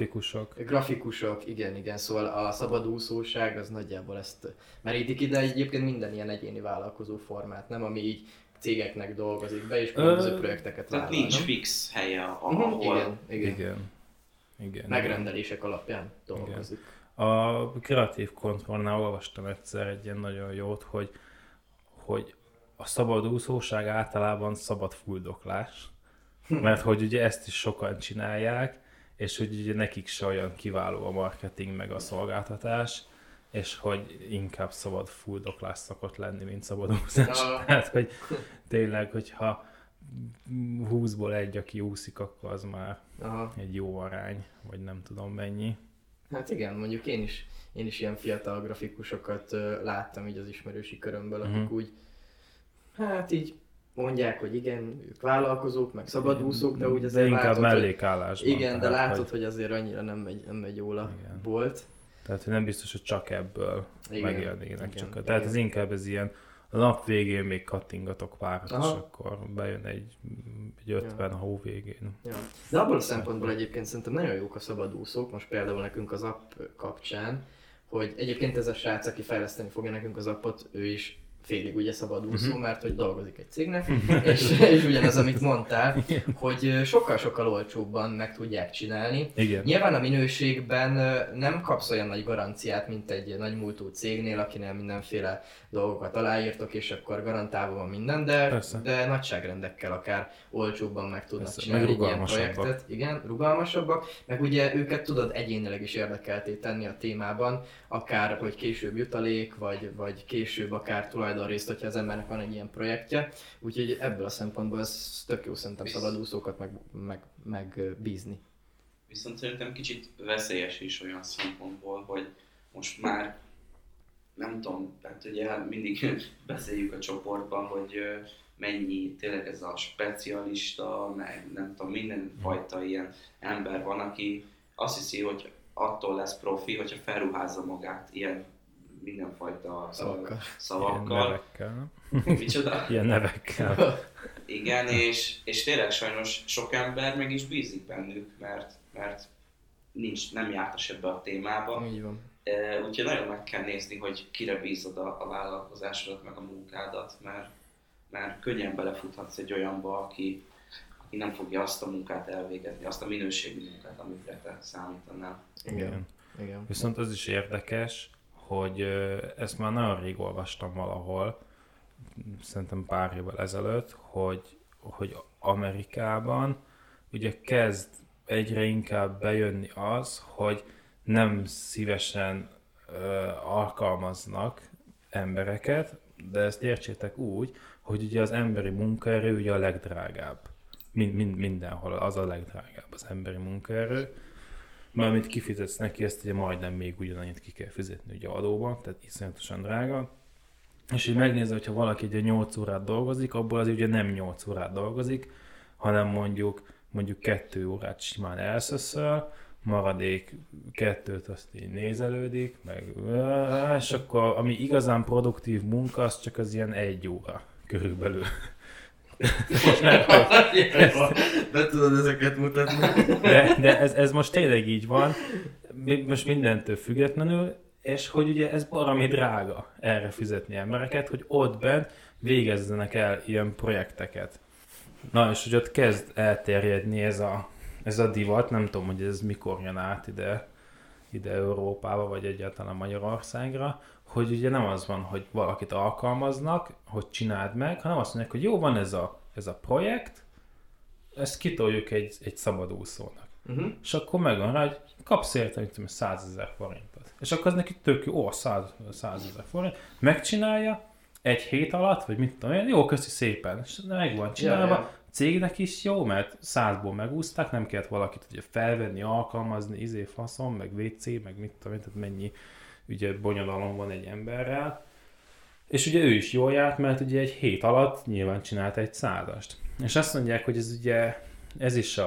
Grafikusok, igen, szóval a szabadúszóság az nagyjából ezt merítik ide egyébként minden ilyen egyéni vállalkozó formát, nem, ami így cégeknek dolgozik be és különböző projekteket vállal. Tehát nincs fix helye, ahol... Igen. Megrendelések alapján dolgozik. Igen. A Kreatív Kontrollnál olvastam egyszer egy ilyen nagyon jót, hogy a szabadúszóság általában szabad fuldoklás, mert hogy ugye ezt is sokan csinálják, és hogy ugye nekik se olyan kiváló a marketing meg a szolgáltatás, és hogy inkább szabad fuldoklás szokott lenni, mint szabadúszás. Tehát, hogy tényleg, hogyha 20-ból egy, aki úszik, akkor az már egy jó arány, vagy nem tudom mennyi. Hát igen, mondjuk én is ilyen fiatal grafikusokat láttam így az ismerősi körömből, akik úgy, hát így mondják, hogy igen, ők vállalkozók, meg szabadúszók, de úgy azért inkább látod, mellékállásban. Igen, de látod, hogy azért annyira nem megy jól a bolt. Tehát, hogy nem biztos, hogy csak ebből megélnének. Tehát igen. ez inkább ez ilyen, a nap végén még kattingatok párat, és akkor bejön egy 50 a hó végén. Ja. De abból a szempontból egyébként szerintem nagyon jók a szabadúszók, most például nekünk az app kapcsán, hogy egyébként ez a srác, aki fejleszteni fogja nekünk az appot, ő is félig ugye szabadúszó, mert hogy dolgozik egy cégnek, és ugyanaz, amit mondtál, hogy sokkal-sokkal olcsóbban meg tudják csinálni. Igen. Nyilván a minőségben nem kapsz olyan nagy garanciát, mint egy nagy múltú cégnél, akinél mindenféle dolgokat aláírtok, és akkor garantálva van minden, de nagyságrendekkel akár olcsóbban meg tudnak csinálni egy ilyen projektet. Igen, rugalmasabbak, meg ugye őket tudod egyénileg is érdekelté tenni a témában, akár hogy később jutalék, vagy később akár tulajdonrészt, hogyha az embernek van egy ilyen projektje. Úgyhogy ebből a szempontból ez tök jó szerintem szabadúszókat meg bízni. Viszont szerintem kicsit veszélyes is olyan szempontból, hogy most már nem tudom, tehát ugye mindig beszéljük a csoportban, hogy mennyi tényleg ez a specialista, meg nem tudom, mindenfajta ilyen ember van, aki azt hiszi, hogy attól lesz profi, hogyha felruházza magát ilyen mindenfajta szavakkal. Ilyen nevekkel. Micsoda? Ilyen nevekkel. Igen, és tényleg sajnos sok ember meg is bízik bennük, mert nem jártas ebbe a témába. Így van. Úgyhogy nagyon meg kell nézni, hogy kire bízod a vállalkozásodat, meg a munkádat, mert könnyen belefuthatsz egy olyanba, aki nem fogja azt a munkát elvégezni, azt a minőségű munkát, amire te számítanál. Igen. Viszont az is érdekes, hogy ezt már nagyon rég olvastam valahol, szerintem pár évvel ezelőtt, hogy Amerikában ugye kezd egyre inkább bejönni az, hogy nem szívesen alkalmaznak embereket, de ezt értsétek úgy, hogy ugye az emberi munkaerő ugye a legdrágább. Mindenhol az a legdrágább az emberi munkaerő. Mert amit kifizetsz neki, ezt ugye majdnem még ugyanannyit ki kell fizetni ugye adóban, tehát iszonyatosan drága. És így megnézve, hogyha valaki ugye 8 órát dolgozik, abból az ugye nem 8 órát dolgozik, hanem mondjuk 2 órát simán elszöszöl, maradék 2-t azt így nézelődik, és akkor ami igazán produktív munka, az csak az ilyen 1 óra körülbelül. De tudod ezeket mutatni. De ez most tényleg így van, most mindentől függetlenül, és hogy ugye ez baromi drága erre fizetni embereket, hogy ott bent végezzenek el ilyen projekteket. Na és hogy ott kezd elterjedni ez a divat, nem tudom, hogy ez mikor jön át ide Európába, vagy egyáltalán Magyarországra, hogy ugye nem az van, hogy valakit alkalmaznak, hogy csináld meg, hanem azt mondják, hogy jó, van ez a projekt, ezt kitoljuk egy szabadúszónak. És akkor megvan rá, hogy kapsz érte, 100 000 forintot. És akkor az neki tök jó, 100 000 forint, megcsinálja egy hét alatt, vagy mit tudom én, jó, köszi szépen, és meg van csinálva. Cégnek is jó, mert 100-ból megúszták, nem kellett valakit ugye felvenni, alkalmazni, faszom, meg WC, meg mit tudom én, tehát mennyi ugye bonyodalom van egy emberrel. És ugye ő is jól járt, mert ugye egy hét alatt nyilván csinált egy 100-ast. És azt mondják, hogy ez is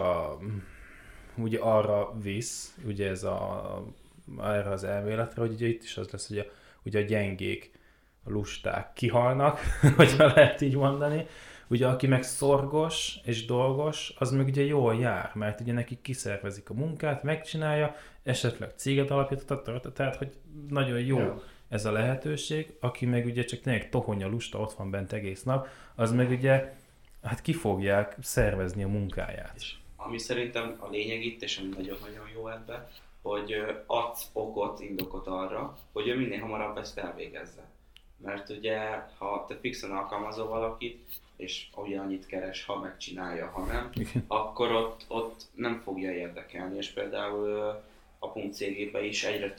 ugye arra visz, ugye erre az elméletre, hogy ugye itt is az lesz, hogy ugye a gyengék, a lusták kihalnak, hogyha lehet így mondani. Ugye aki meg szorgos és dolgos, az meg ugye jól jár, mert ugye neki kiszervezik a munkát, megcsinálja, esetleg céget alapított, tehát hogy nagyon jó ez a lehetőség, aki meg ugye csak tényleg tohonya lusta ott van bent egész nap, az meg ugye hát ki fogják szervezni a munkáját. És ami szerintem a lényeg itt, és ami nagyon-nagyon jó ebben, hogy adsz indokot arra, hogy ő minél hamarabb ezt elvégezze. Mert ugye, ha te fixen alkalmazol valakit, és ugyanannyit keres, ha megcsinálja, ha nem, akkor ott nem fogja érdekelni, és például a Punk cégében is egyre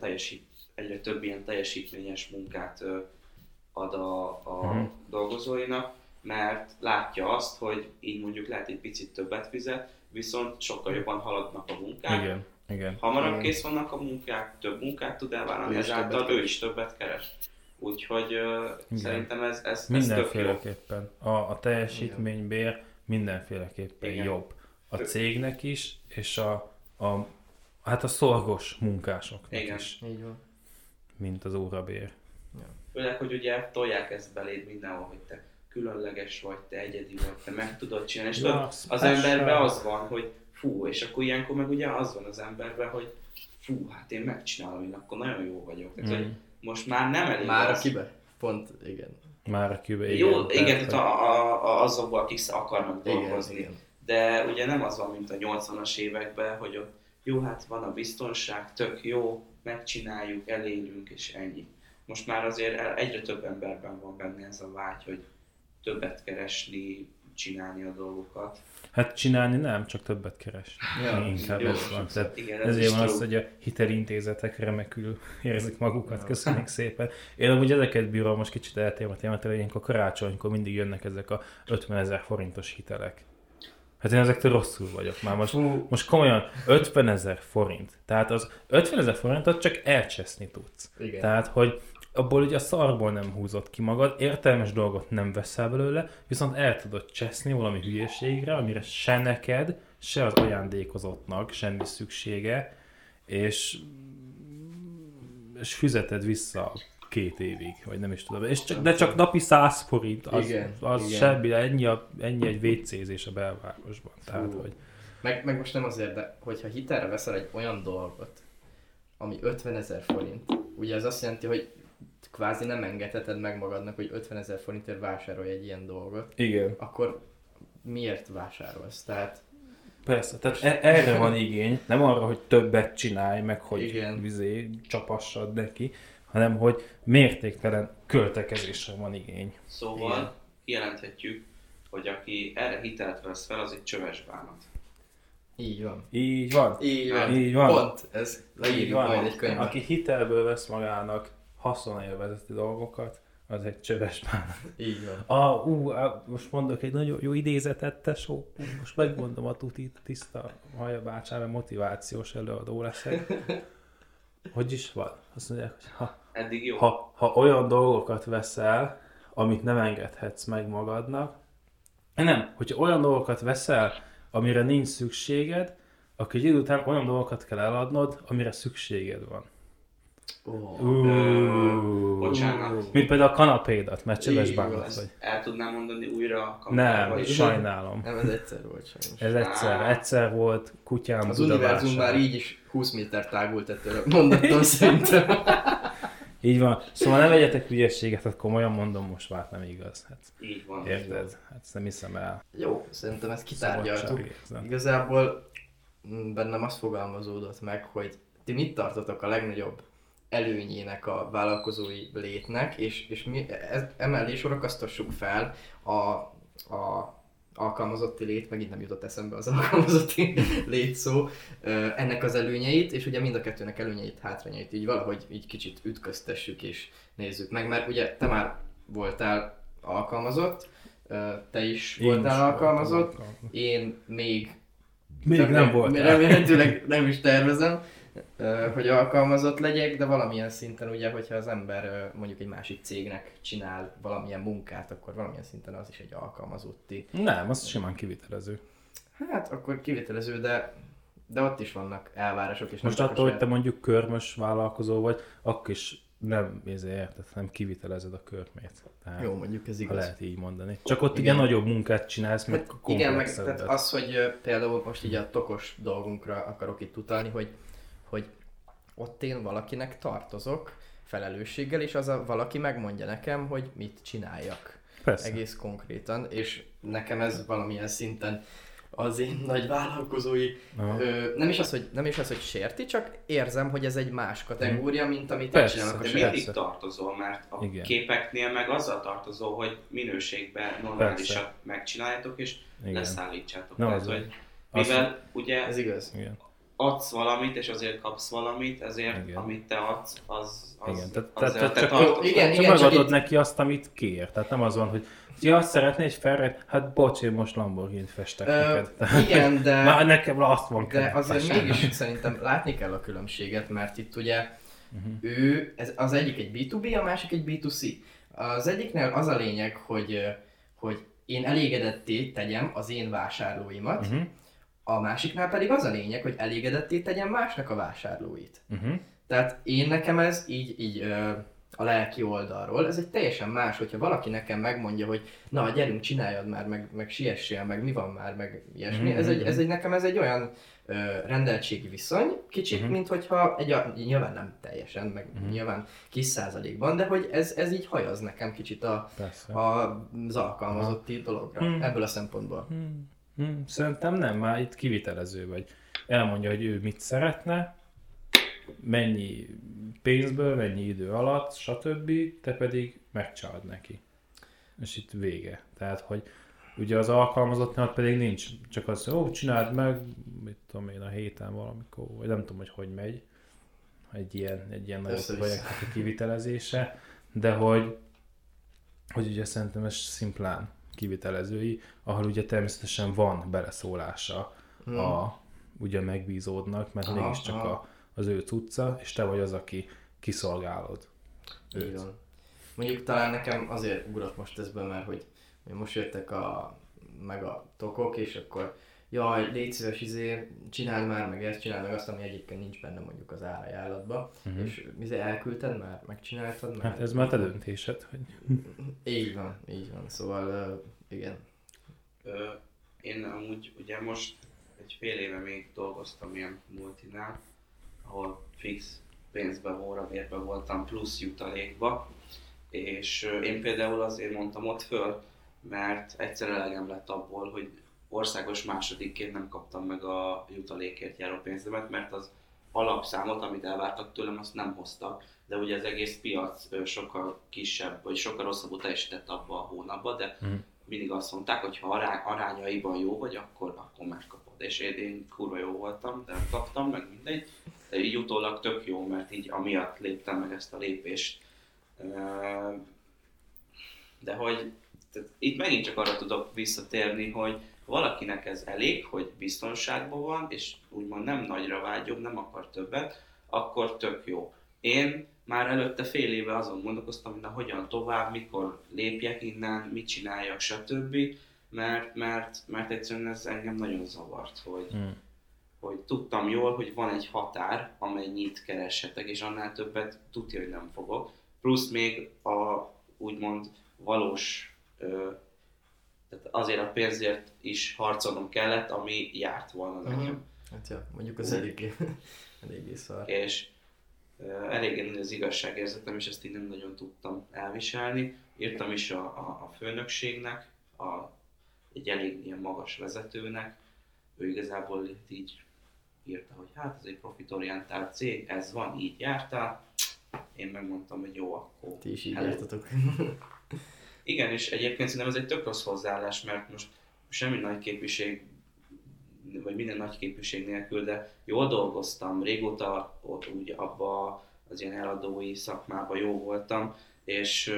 több ilyen teljesítményes munkát ad a dolgozóinak, mert látja azt, hogy így mondjuk lehet egy picit többet fizet, viszont sokkal jobban haladnak a munkák. Igen. Hamarabb kész vannak a munkák, több munkát tud elvállalni, ezáltal ő is többet keres. Úgyhogy szerintem ez mindenféleképpen. A teljesítménybér mindenféleképpen jobb. A cégnek is, és a szorgos munkásoknak is. Így van. Mint az órabér. Főleg, hogy ugye tolják ezt beléd mindenhol, hogy te különleges vagy, te egyedi vagy, te meg tudod csinálni, és az emberben az van, hogy fú, és akkor ilyenkor meg ugye az van az emberben, hogy fú, hát én megcsinálom, én akkor nagyon jó vagyok. Tehát, hogy most már nem elég már akibe? Pont, igen. Már kívül. Jó, igen, azokból, akik akarnak dolgozni. Igen. De ugye nem az van, mint a 80-as években, hogy ott jó, hát van a biztonság, tök jó, megcsináljuk, elérünk és ennyi. Most már azért egyre több emberben van benne ez a vágy, hogy többet keresni, csinálni a dolgokat. Hát csinálni nem, csak többet keresni. Ja, inkább jó, ez van. Tehát igen, ezért van az, hogy a hitelintézetek remekül érzik magukat. Köszönjük szépen. Én amúgy ezeket bírom, most kicsit eltérem a témától, ilyenkor karácsonykor mindig jönnek ezek a 50 000 forintos hitelek. Hát én ezektől rosszul vagyok már. Most komolyan 50 000 forint. Tehát az 50 000 forintot csak elcseszni tudsz. Igen. Tehát, hogy abból ugye a szarból nem húzott ki magad, értelmes dolgot nem veszel belőle, viszont el tudod cseszni valami hülyeségre, amire se neked, se az ajándékozottnak semmi szüksége, és fizeted vissza 2 évig, vagy nem is tudom. De csak napi 100 forint, az igen. Semmi, ennyi egy WC-zés a belvárosban. Tehát, hogy... meg most nem azért, de hogyha hitelre veszel egy olyan dolgot, ami 50 000 forint, ugye ez azt jelenti, hogy kvázi nem engedheted meg magadnak, hogy 50 000 forintért vásárolj egy ilyen dolgot. Igen. Akkor miért vásárolsz? Tehát... Persze, tehát erre van igény, nem arra, hogy többet csinálj, meg hogy csapassad neki, hanem hogy mértéktelen költekezésre van igény. Szóval kijelenthetjük, hogy aki erre hitelt vesz fel, az egy csöves bánat. Így van. Így van. Így van. Pont, ez leírjuk majd egy könyvben. Aki hitelből vesz magának haszonélvezeti dolgokat, az egy csöves bánat. Így van. Most mondok egy nagyon jó idézetet, tesó. Most megmondom a tutit, tiszta Haja bácsám, mert motivációs előadó leszek. Hogy is van? Azt mondják, hogy eddig jó. Ha olyan dolgokat veszel, amit nem engedhetsz meg magadnak, nem, hogyha olyan dolgokat veszel, amire nincs szükséged, akkor egy idő után olyan dolgokat kell eladnod, amire szükséged van. Bocsánat. Mint például a kanapédat, mert csöves bánat vagy. El tudnám mondani újra a kamerával? Nem, sajnálom. Nem, ez egyszer volt sajnos. Ez egyszer volt kutyám az univerzum már így is 20 méter tágult ettől a mondattól szerintem. Így van. Szóval ne vegyetek hülyességet, hát komolyan mondom, most már nem igaz. Hát, így van. Érted? Hát ezt nem hiszem el. Jó, szerintem ezt kitárgyaltuk. Igazából bennem azt fogalmazódott meg, hogy ti mit tartotok a legnagyobb előnyének a vállalkozói létnek, és mi emellé sorakasztassuk fel a alkalmazotti lét, megint nem jutott eszembe az alkalmazotti lét szó, ennek az előnyeit, és ugye mind a kettőnek előnyeit, hátrányait így valahogy így kicsit ütköztessük és nézzük meg, mert ugye te már voltál alkalmazott, te is voltál alkalmazott, én még nem voltál. Remélhetőleg nem is tervezem, hogy alkalmazott legyek, de valamilyen szinten ugye, hogyha az ember mondjuk egy másik cégnek csinál valamilyen munkát, akkor valamilyen szinten az is egy alkalmazotti. Nem, az simán kivitelező. Hát akkor kivitelező, de ott is vannak elvárások. És most attól, hogy te mondjuk körmös vállalkozó vagy, akkor is nem érted, hanem kivitelezed a körmét. Tehát, jó, mondjuk ez igaz. Lehet így mondani. Csak ott igen nagyobb munkát csinálsz, meg hát igen, meg tehát az, hogy például most így a tokos dolgunkra akarok itt utalni, hogy ott én valakinek tartozok felelősséggel, és az a valaki megmondja nekem, hogy mit csináljak. Persze. Egész konkrétan, és nekem ez valamilyen szinten az én nagy vállalkozói, nem is az, hogy sérti, csak érzem, hogy ez egy más kategória, mint amit én csinálok. De mindig tartozol, mert a képeknél meg azzal tartozol, hogy minőségben normálisat megcsináljátok, és leszállítsátok. Tehát, hogy mivel ugye ez igaz. Adsz valamit, és azért kapsz valamit, ezért amit te adsz, az Igen, megadod neki azt, amit kér. Tehát nem az van, hogy azt szeretné egy Ferrari, hát bocs, én most Lamborghini-t festek neked. Igen, de... Már nekem azt van de azért mégis szerintem látni kell a különbséget, mert itt ugye az egyik egy B2B, a másik egy B2C. Az egyiknél az a lényeg, hogy én elégedetté tegyem az én vásárlóimat, a másiknál pedig az a lényeg, hogy elégedetté tegyem másnak a vásárlóit. Tehát nekem ez így a lelki oldalról. Ez egy teljesen más, hogyha valaki nekem megmondja, hogy na, gyerünk, csináljad már, meg siessél, meg mi van már, meg ilyesmi. Nekem ez egy olyan rendeltségi viszony, kicsit, mint hogyha, nyilván nem teljesen, meg nyilván kis százalékban, de hogy ez így hajaz nekem kicsit az alkalmazotti dologra, ebből a szempontból. Szerintem nem, már itt kivitelező vagy. Elmondja, hogy ő mit szeretne, mennyi pénzből, mennyi idő alatt, stb. Te pedig megcsalad neki. És itt vége. Tehát, hogy ugye az alkalmazottnál pedig nincs csak az, hogy csináld meg, mit tudom én, a héten valamikor, vagy nem tudom, hogy megy egy ilyen nagyobb projektnek a kivitelezése, de hogy ugye szerintem ez szimplán kivitelezői, ahol ugye természetesen van beleszólása ugye megbízódnak, mert mégiscsak az ő cucca, és te vagy az, aki kiszolgálod őt. Igen. Mondjuk talán nekem azért ugrott most ezből, mert hogy most jöttek meg a tokok, és akkor jaj, légy szíves, csináld már, meg ezt csináld, meg azt, ami egyébként nincs benne mondjuk az árajánlatban, és elküldted már, megcsináltad már? Hát ez már te döntésed, hogy... Így van, szóval igen. Én amúgy ugye most egy fél éve még dolgoztam ilyen multinál, ahol fix pénzben, órabérben voltam, plusz jutalékba, és én például azért mondtam ott föl, mert egyszer elegem lett abból, hogy országos másodikként nem kaptam meg a jutalékért járó pénzemet, mert az alapszámot, amit elvártak tőlem, azt nem hoztak, de ugye az egész piac sokkal kisebb, vagy sokkal rosszabbul teljesített abban a hónapban, de mindig azt mondták, hogy ha arányaiban jó vagy, akkor megkapod. És én kurva jó voltam, de kaptam, meg mindegy. De így utólag tök jó, mert így amiatt léptem meg ezt a lépést. De hogy itt megint csak arra tudok visszatérni, hogy valakinek ez elég, hogy biztonságban van, és úgymond nem nagyra vágyom, nem akar többet, akkor tök jó. Én már előtte fél éve azon gondolkoztam, hogy na hogyan tovább, mikor lépjek innen, mit csináljak, stb. Mert egyszerűen ez engem nagyon zavart, hogy tudtam jól, hogy van egy határ, amennyit kereshetek, és annál többet tudja, hogy nem fogok. Plusz még a úgymond valós, tehát azért a pénzért is harcolnom kellett, ami járt volna nekem. Hát ja, mondjuk az eléggé szar. És eléggé nagy az igazságérzetem, és ezt így nem nagyon tudtam elviselni. Írtam is a főnökségnek, egy elég ilyen magas vezetőnek, ő igazából így írta, hogy hát ez egy profitorientált cég, ez van, így jártál. Én megmondtam, hogy jó, akkor... Ti is így jártatok. Igen, és egyébként szerintem ez egy tök rossz hozzáállás, mert most semmi nagy képviség, vagy minden nagy képviség nélkül, de jól dolgoztam, régóta ott úgy abba az ilyen eladói szakmában jó voltam, és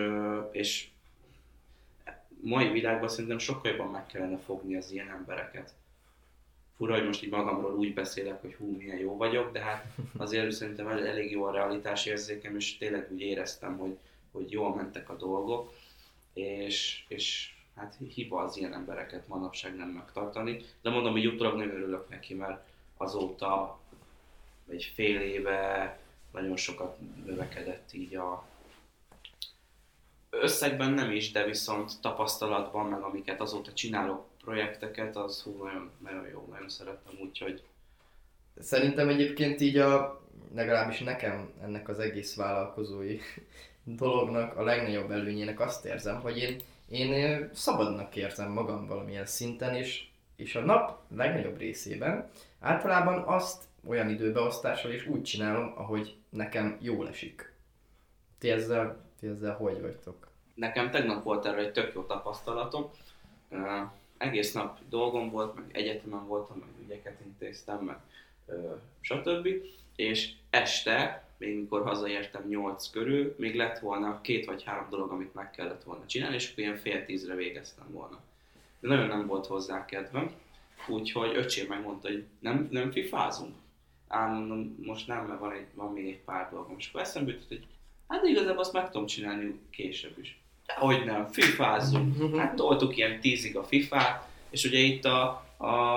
mai világban szerintem sokkal jobban meg kellene fogni az ilyen embereket. Fura, hogy most így magamról úgy beszélek, hogy hú, milyen jó vagyok, de hát azért szerintem elég jó a realitás érzékem, és tényleg úgy éreztem, hogy jól mentek a dolgok, és hát hiba az ilyen embereket manapság nem megtartani. De mondom, hogy utólag nagyon örülök neki, mert azóta egy fél éve nagyon sokat növekedett így a összegben nem is, de viszont tapasztalatban, meg amiket azóta csinálok projekteket, az nagyon, nagyon jó, nagyon szerettem, úgyhogy... Szerintem egyébként így legalábbis nekem ennek az egész vállalkozói dolognak a legnagyobb előnyének azt érzem, hogy én szabadnak érzem magam valamilyen szinten, és a nap legnagyobb részében általában azt olyan időbeosztással is úgy csinálom, ahogy nekem jól esik. Ti ezzel hogy vagytok? Nekem tegnap volt erre egy tök jó tapasztalatom. Egész nap dolgom volt, meg egyetemen voltam, meg ügyeket intéztem, meg stb. És este, még mikor hazaértem 8 körül, még lett volna 2 vagy 3 dolog, amit meg kellett volna csinálni, és akkor ilyen fél 10-re végeztem volna. De nagyon nem volt hozzá kedvem, úgyhogy öcsém megmondta, hogy nem fifázunk. Mondom, most nem, mert van még egy pár dolgom. És akkor eszembe jutott, hogy hát igazából azt meg tudom csinálni később is. Hogy nem, fifázzunk. Hát toltuk ilyen 10-ig a fifát, és ugye itt a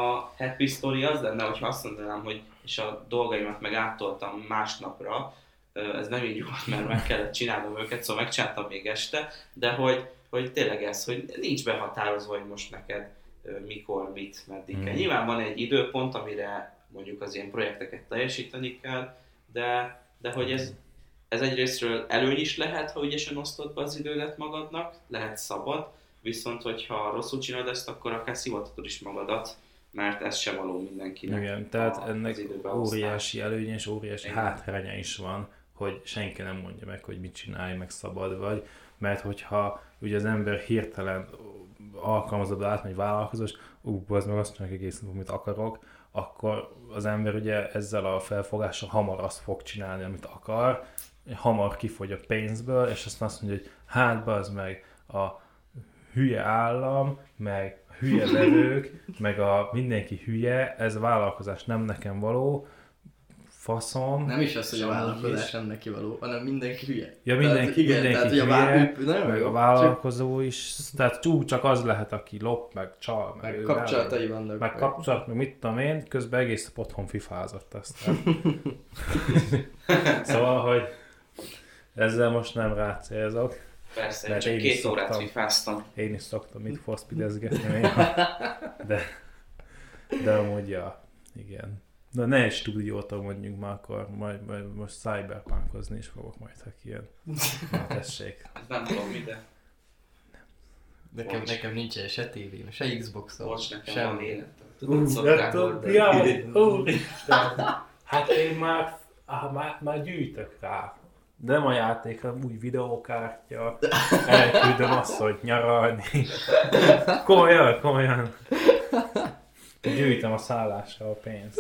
happy story az lenne, hogyha azt mondanám, hogy és a dolgaimat meg áttoltam másnapra, ez nem így volt, mert meg kellett csinálnom őket, szóval megcsináltam még este, de hogy tényleg ez, hogy nincs behatározva, hogy most neked mikor, mit, meddig kell. Nyilván van egy időpont, amire mondjuk az ilyen projekteket teljesíteni kell, de hogy ez egyrésztről előny is lehet, ha ügyesen osztod be az idődet magadnak, lehet szabad, viszont hogyha rosszul csinálod ezt, akkor akár szivatod is magadat, mert ez sem való mindenkinek. Igen, tehát ennek óriási előny és óriási hátránya is van, hogy senki nem mondja meg, hogy mit csinálj, meg szabad vagy, mert hogyha ugye az ember hirtelen alkalmazott átmegy vállalkozós, az meg azt mondja egészen, amit akarok, akkor az ember ugye ezzel a felfogással hamar azt fog csinálni, amit akar, hamar kifogy a pénzből, és aztán azt mondja, hogy hát az meg a hülye állam, meg hülye vevők, meg mindenki hülye, ez a vállalkozás nem nekem való, faszom. Nem is az, hogy a vállalkozás nem neki való, hanem mindenki hülye. Ja, mindenki hülye, meg a vállalkozó is, tehát csak az lehet, aki lop, meg csal, meg kapcsolatai vannak. Meg kapcsolat, meg mit tudom én, közben egész otthon fifázott aztán. Szóval, hogy ezzel most nem rácélzok. Persze, csak 2 órát fifáztam. Én is szoktam mit forszpidezgetni, de amúgy ja, igen. De ne egy stúdiótól mondjuk már, akkor majd most cyberpunkozni is fogok majd, ha ilyen. Na, tessék. Ez nem tudom ide. Nekem nincsen se tévém, se Xboxom. Bocs, nekem van életem. Tudod szokálni. Hát én már gyűjtök rá. De nem a játékra, új videókártya, elküldöm azt, hogy nyaralni. Komolyan. Gyűjtöm a szállásra a pénzt.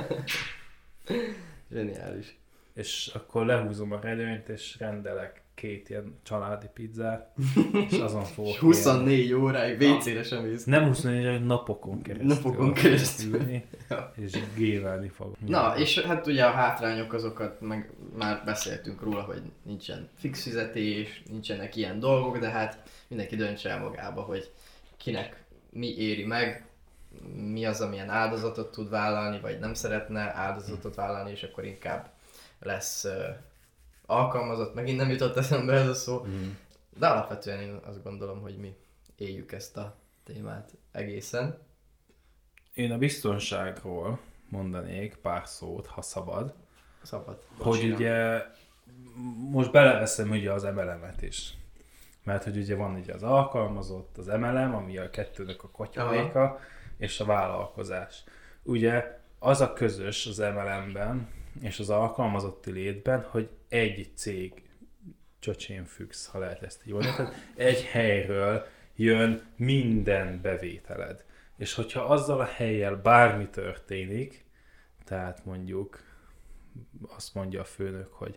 Zseniális. És akkor lehúzom a redőnyt, és rendelek 2 ilyen családi pizzát, és azon fogok 24 óráig WC-re sem mész. Nem 24 óráig, napokon keresztül. Ülni, és gélelni fogok. Na, és hát ugye a hátrányok azokat, meg már beszéltünk róla, hogy nincsen fix fizetés, nincsenek ilyen dolgok, de hát mindenki döntse el magába, hogy kinek mi éri meg, mi az, amilyen áldozatot tud vállalni, vagy nem szeretne áldozatot vállalni, és akkor inkább lesz alkalmazott. Megint nem jutott eszembe ez a szó, de alapvetően én azt gondolom, hogy mi éljük ezt a témát egészen. Én a biztonságról mondanék pár szót, ha szabad. Szabad. Hogy ugye most beleveszem ugye az MLM-et is. Mert hogy ugye van ugye az alkalmazott, az MLM, ami a kettőnek a kotyaléka, és a vállalkozás. Ugye az a közös az MLM-ben és az alkalmazotti létben, hogy egy cég csöcsén függsz, ha lehet ezt így mondani. Tehát egy helyről jön minden bevételed. És hogyha azzal a hellyel bármi történik, tehát mondjuk azt mondja a főnök, hogy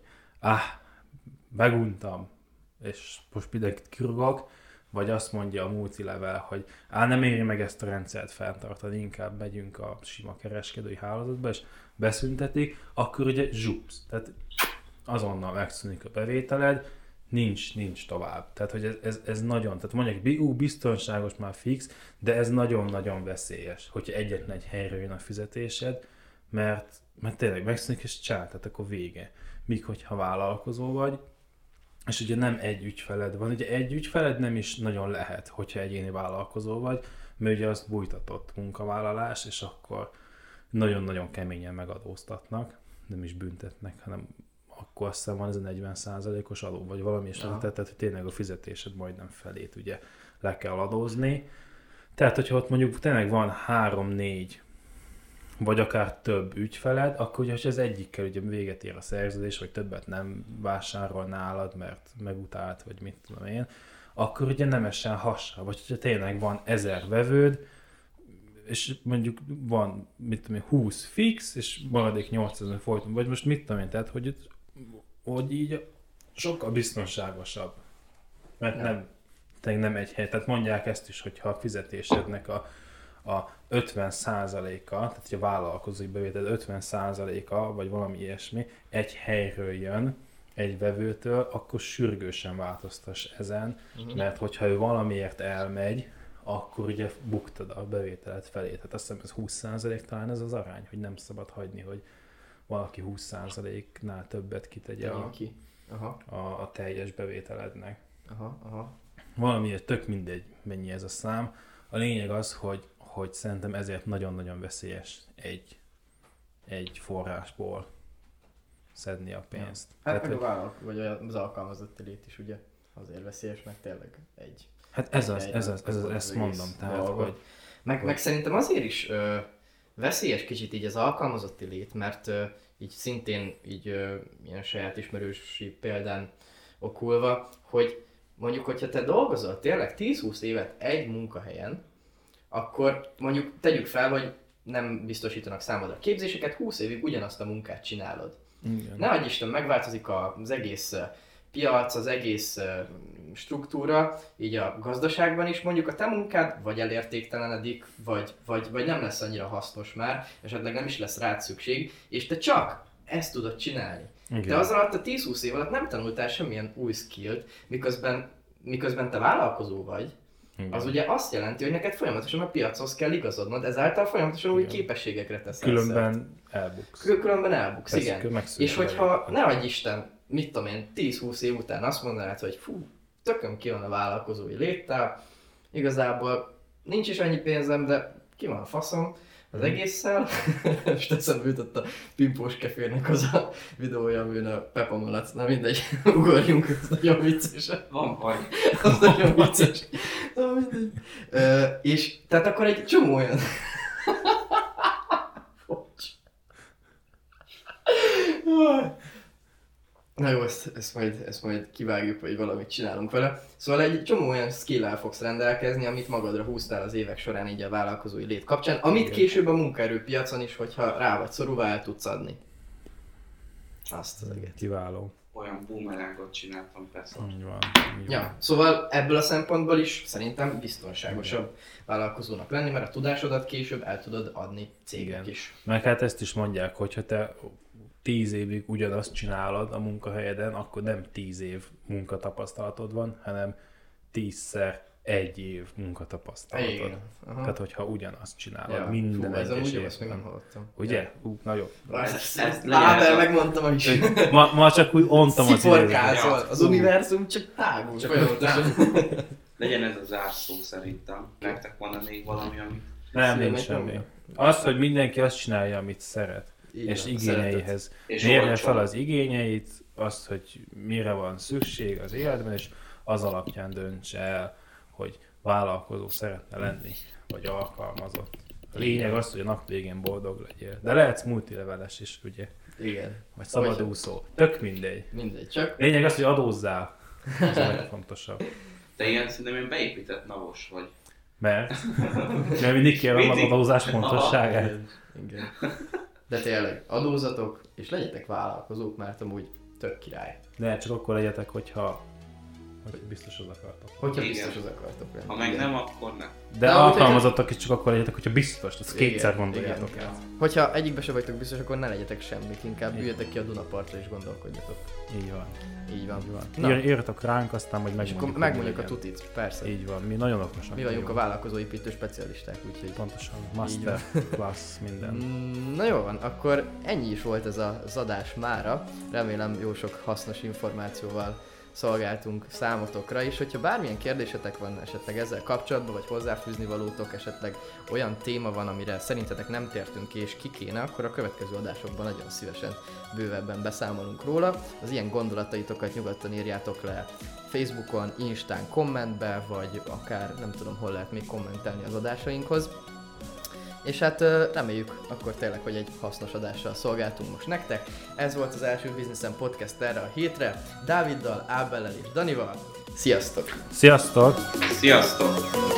meguntam, és most mindenkit kirúgok, vagy azt mondja a multilevel, hogy nem éri meg ezt a rendszert fenntartani, inkább megyünk a sima kereskedői hálózatba, és beszüntetik, akkor ugye zsupsz. Tehát azonnal megszűnik a bevételed, nincs tovább. Tehát, hogy ez nagyon, tehát mondják, biztonságos már fix, de ez nagyon-nagyon veszélyes, hogyha egyetlen egy helyre jön a fizetésed, mert tényleg megszűnik, és tehát akkor vége. Míg hogyha vállalkozó vagy, és ugye nem egy ügyfeled van, ugye egy ügyfeled nem is nagyon lehet, hogyha egyéni vállalkozó vagy, mert ugye azt bújtatott munkavállalás, és akkor nagyon-nagyon keményen megadóztatnak, nem is büntetnek, hanem akkor azt hiszem van ez a 40%-os adó, vagy valami is tehát hogy tényleg a fizetésed majdnem felét ugye le kell adózni. Tehát, hogyha ott mondjuk tényleg van 3-4 vagy akár több ügyfeled, akkor ugye, ha az egyikkel ugye véget ér a szerződés, vagy többet nem vásárol nálad, mert megutált, vagy mit tudom én, akkor ugye nem essen hasra. Vagy hogyha tényleg van 1000 vevőd, és mondjuk van, mit tudom én, 20 fix, és maradék 800 folyton, vagy most mit tudom én, tehát hogy így sokkal biztonságosabb. Mert nem egy hely. Tehát mondják ezt is, hogyha a fizetésednek a 50%-a, tehát a vállalkozói bevétel 50%-a, vagy valami ilyesmi, egy helyről jön, egy vevőtől, akkor sürgősen változtass ezen, mert hogyha ő valamiért elmegy, akkor ugye buktad a bevételet felé. Tehát azt hiszem ez 20% talán ez az arány, hogy nem szabad hagyni, valaki 20%-nál többet kitegye a teljes bevételednek. Valamiért tök mindegy, mennyi ez a szám. A lényeg az, hogy szerintem ezért nagyon-nagyon veszélyes egy forrásból szedni a pénzt. Ja. Hát tehát, vagy az alkalmazotti lét is ugye azért veszélyes, meg tényleg egy... Hát ezt mondom. Tehát, hogy meg szerintem azért is veszélyes kicsit így az alkalmazotti lét, mert így szintén így ilyen saját ismerősi példán okulva, hogy mondjuk, hogyha te dolgozol tényleg 10-20 évet egy munkahelyen, akkor mondjuk tegyük fel, hogy nem biztosítanak számodra képzéseket, 20 évig ugyanazt a munkát csinálod. igen. Ne adj Isten, megváltozik az egész piac, az egész struktúra, így a gazdaságban is mondjuk a te munkád vagy elértéktelenedik, vagy nem lesz annyira hasznos már, esetleg nem is lesz rád szükség, és te csak ezt tudod csinálni. Igen. De az alatt a 10-20 év alatt nem tanultál semmilyen új skillt, miközben te vállalkozó vagy. Igen. Az ugye azt jelenti, hogy neked folyamatosan a piachoz kell igazodnod, ezáltal folyamatosan új képességekre teszel. Különben elbuksz. Különben elbuksz, igen. És hogyha ne adj Isten, mit tudom én, 10-20 év után azt mondanád, hogy fú, tököm ki van a vállalkozói léttel, igazából nincs is annyi pénzem, de ki van a faszom az egésszel. És eszembe jutott a Pimpós Keférnek az a videója, amin a Peppa Malac, na mindegy, ugorjunk, ez nagyon vicces. Van baj. Az nagyon vicces. Na mindegy. És tehát akkor egy csomó olyan... Na jó, ezt majd kivágjuk, vagy valamit csinálunk vele. Szóval egy csomó olyan skill-el fogsz rendelkezni, amit magadra húztál az évek során így a vállalkozói lét kapcsán, amit később a munkaerőpiacon is, hogyha rá vagy szorulva, el tudsz adni. Azt az eget. Kiváló. Olyan boomerangot csináltam persze. Így van. Ja, szóval ebből a szempontból is szerintem biztonságosabb vállalkozónak lenni, mert a tudásodat később el tudod adni cégek is. Meg hát ezt is mondják, hogyha te 10 évig ugyanazt csinálod a munkahelyeden, akkor nem 10 év munkatapasztalatod van, hanem 10-szer 1 év munkatapasztalatod. Tehát, hogyha ugyanazt csinálod minden egyes évben. Ezt még nem hallottam. Ugye? Nagyon. De megmondtam is. Ma csak úgy ontam az sziporkázol. Az univerzum csak tágul. Legyen ez a zárszó szerintem. Nektek van-e még valami, amit... Nem, nincs semmi. Az, hogy mindenki azt csinálja, amit szeret. És igényeihez mérje fel az igényeit, azt, hogy mire van szükség az életben, és az alapján döntse el, hogy vállalkozó szeretne lenni, vagy alkalmazott. A lényeg az, hogy a nap végén boldog legyél. De lehetsz multileveles is, ugye? Igen. Vagy szabadúszó. Tök mindegy. Mindegy, csak... Lényeg az, hogy adózzál. Ez a legfontosabb. Te ilyen szerintem ilyen beépített navos vagy. Mert mindig kérem az adózás fontosságát. Igen. De tényleg, adózatok, és legyetek vállalkozók, mert amúgy tök király. De csak akkor legyetek, hogyha biztos az akartok. Hogyha biztos az akartok. Ha meg nem, akkor nem. De alkalmazottak is csak akkor legyetek, hogyha biztos, azt kétszer gondoljátok el. Hogyha egyikbe se vagytok biztos, akkor ne legyetek semmit, inkább üljetek ki a Dunapartra és gondolkodjatok. Így van. Így van. Írjatok ránk, aztán majd megmondjuk a tutit, persze. Így van, mi nagyon okosak. Mi vagyunk a vállalkozóépítő specialisták, úgyhogy... Pontosan, master class, minden. Na jó van, akkor ennyi is volt ez az adás mára. Remélem jó sok hasznos információval szolgáltunk számotokra, és hogyha bármilyen kérdésetek van esetleg ezzel kapcsolatban, vagy hozzáfűzni valótok, esetleg olyan téma van, amire szerintetek nem tértünk ki, és ki kéne, akkor a következő adásokban nagyon szívesen bővebben beszámolunk róla. Az ilyen gondolataitokat nyugodtan írjátok le Facebookon, Instán kommentbe, vagy akár nem tudom hol lehet még kommentelni az adásainkhoz. És hát reméljük akkor tényleg, hogy egy hasznos adással szolgáltunk most nektek. Ez volt az első Businessen Podcast erre a hétre. Dáviddal, Ábellel és Danival. Sziasztok! Sziasztok! Sziasztok!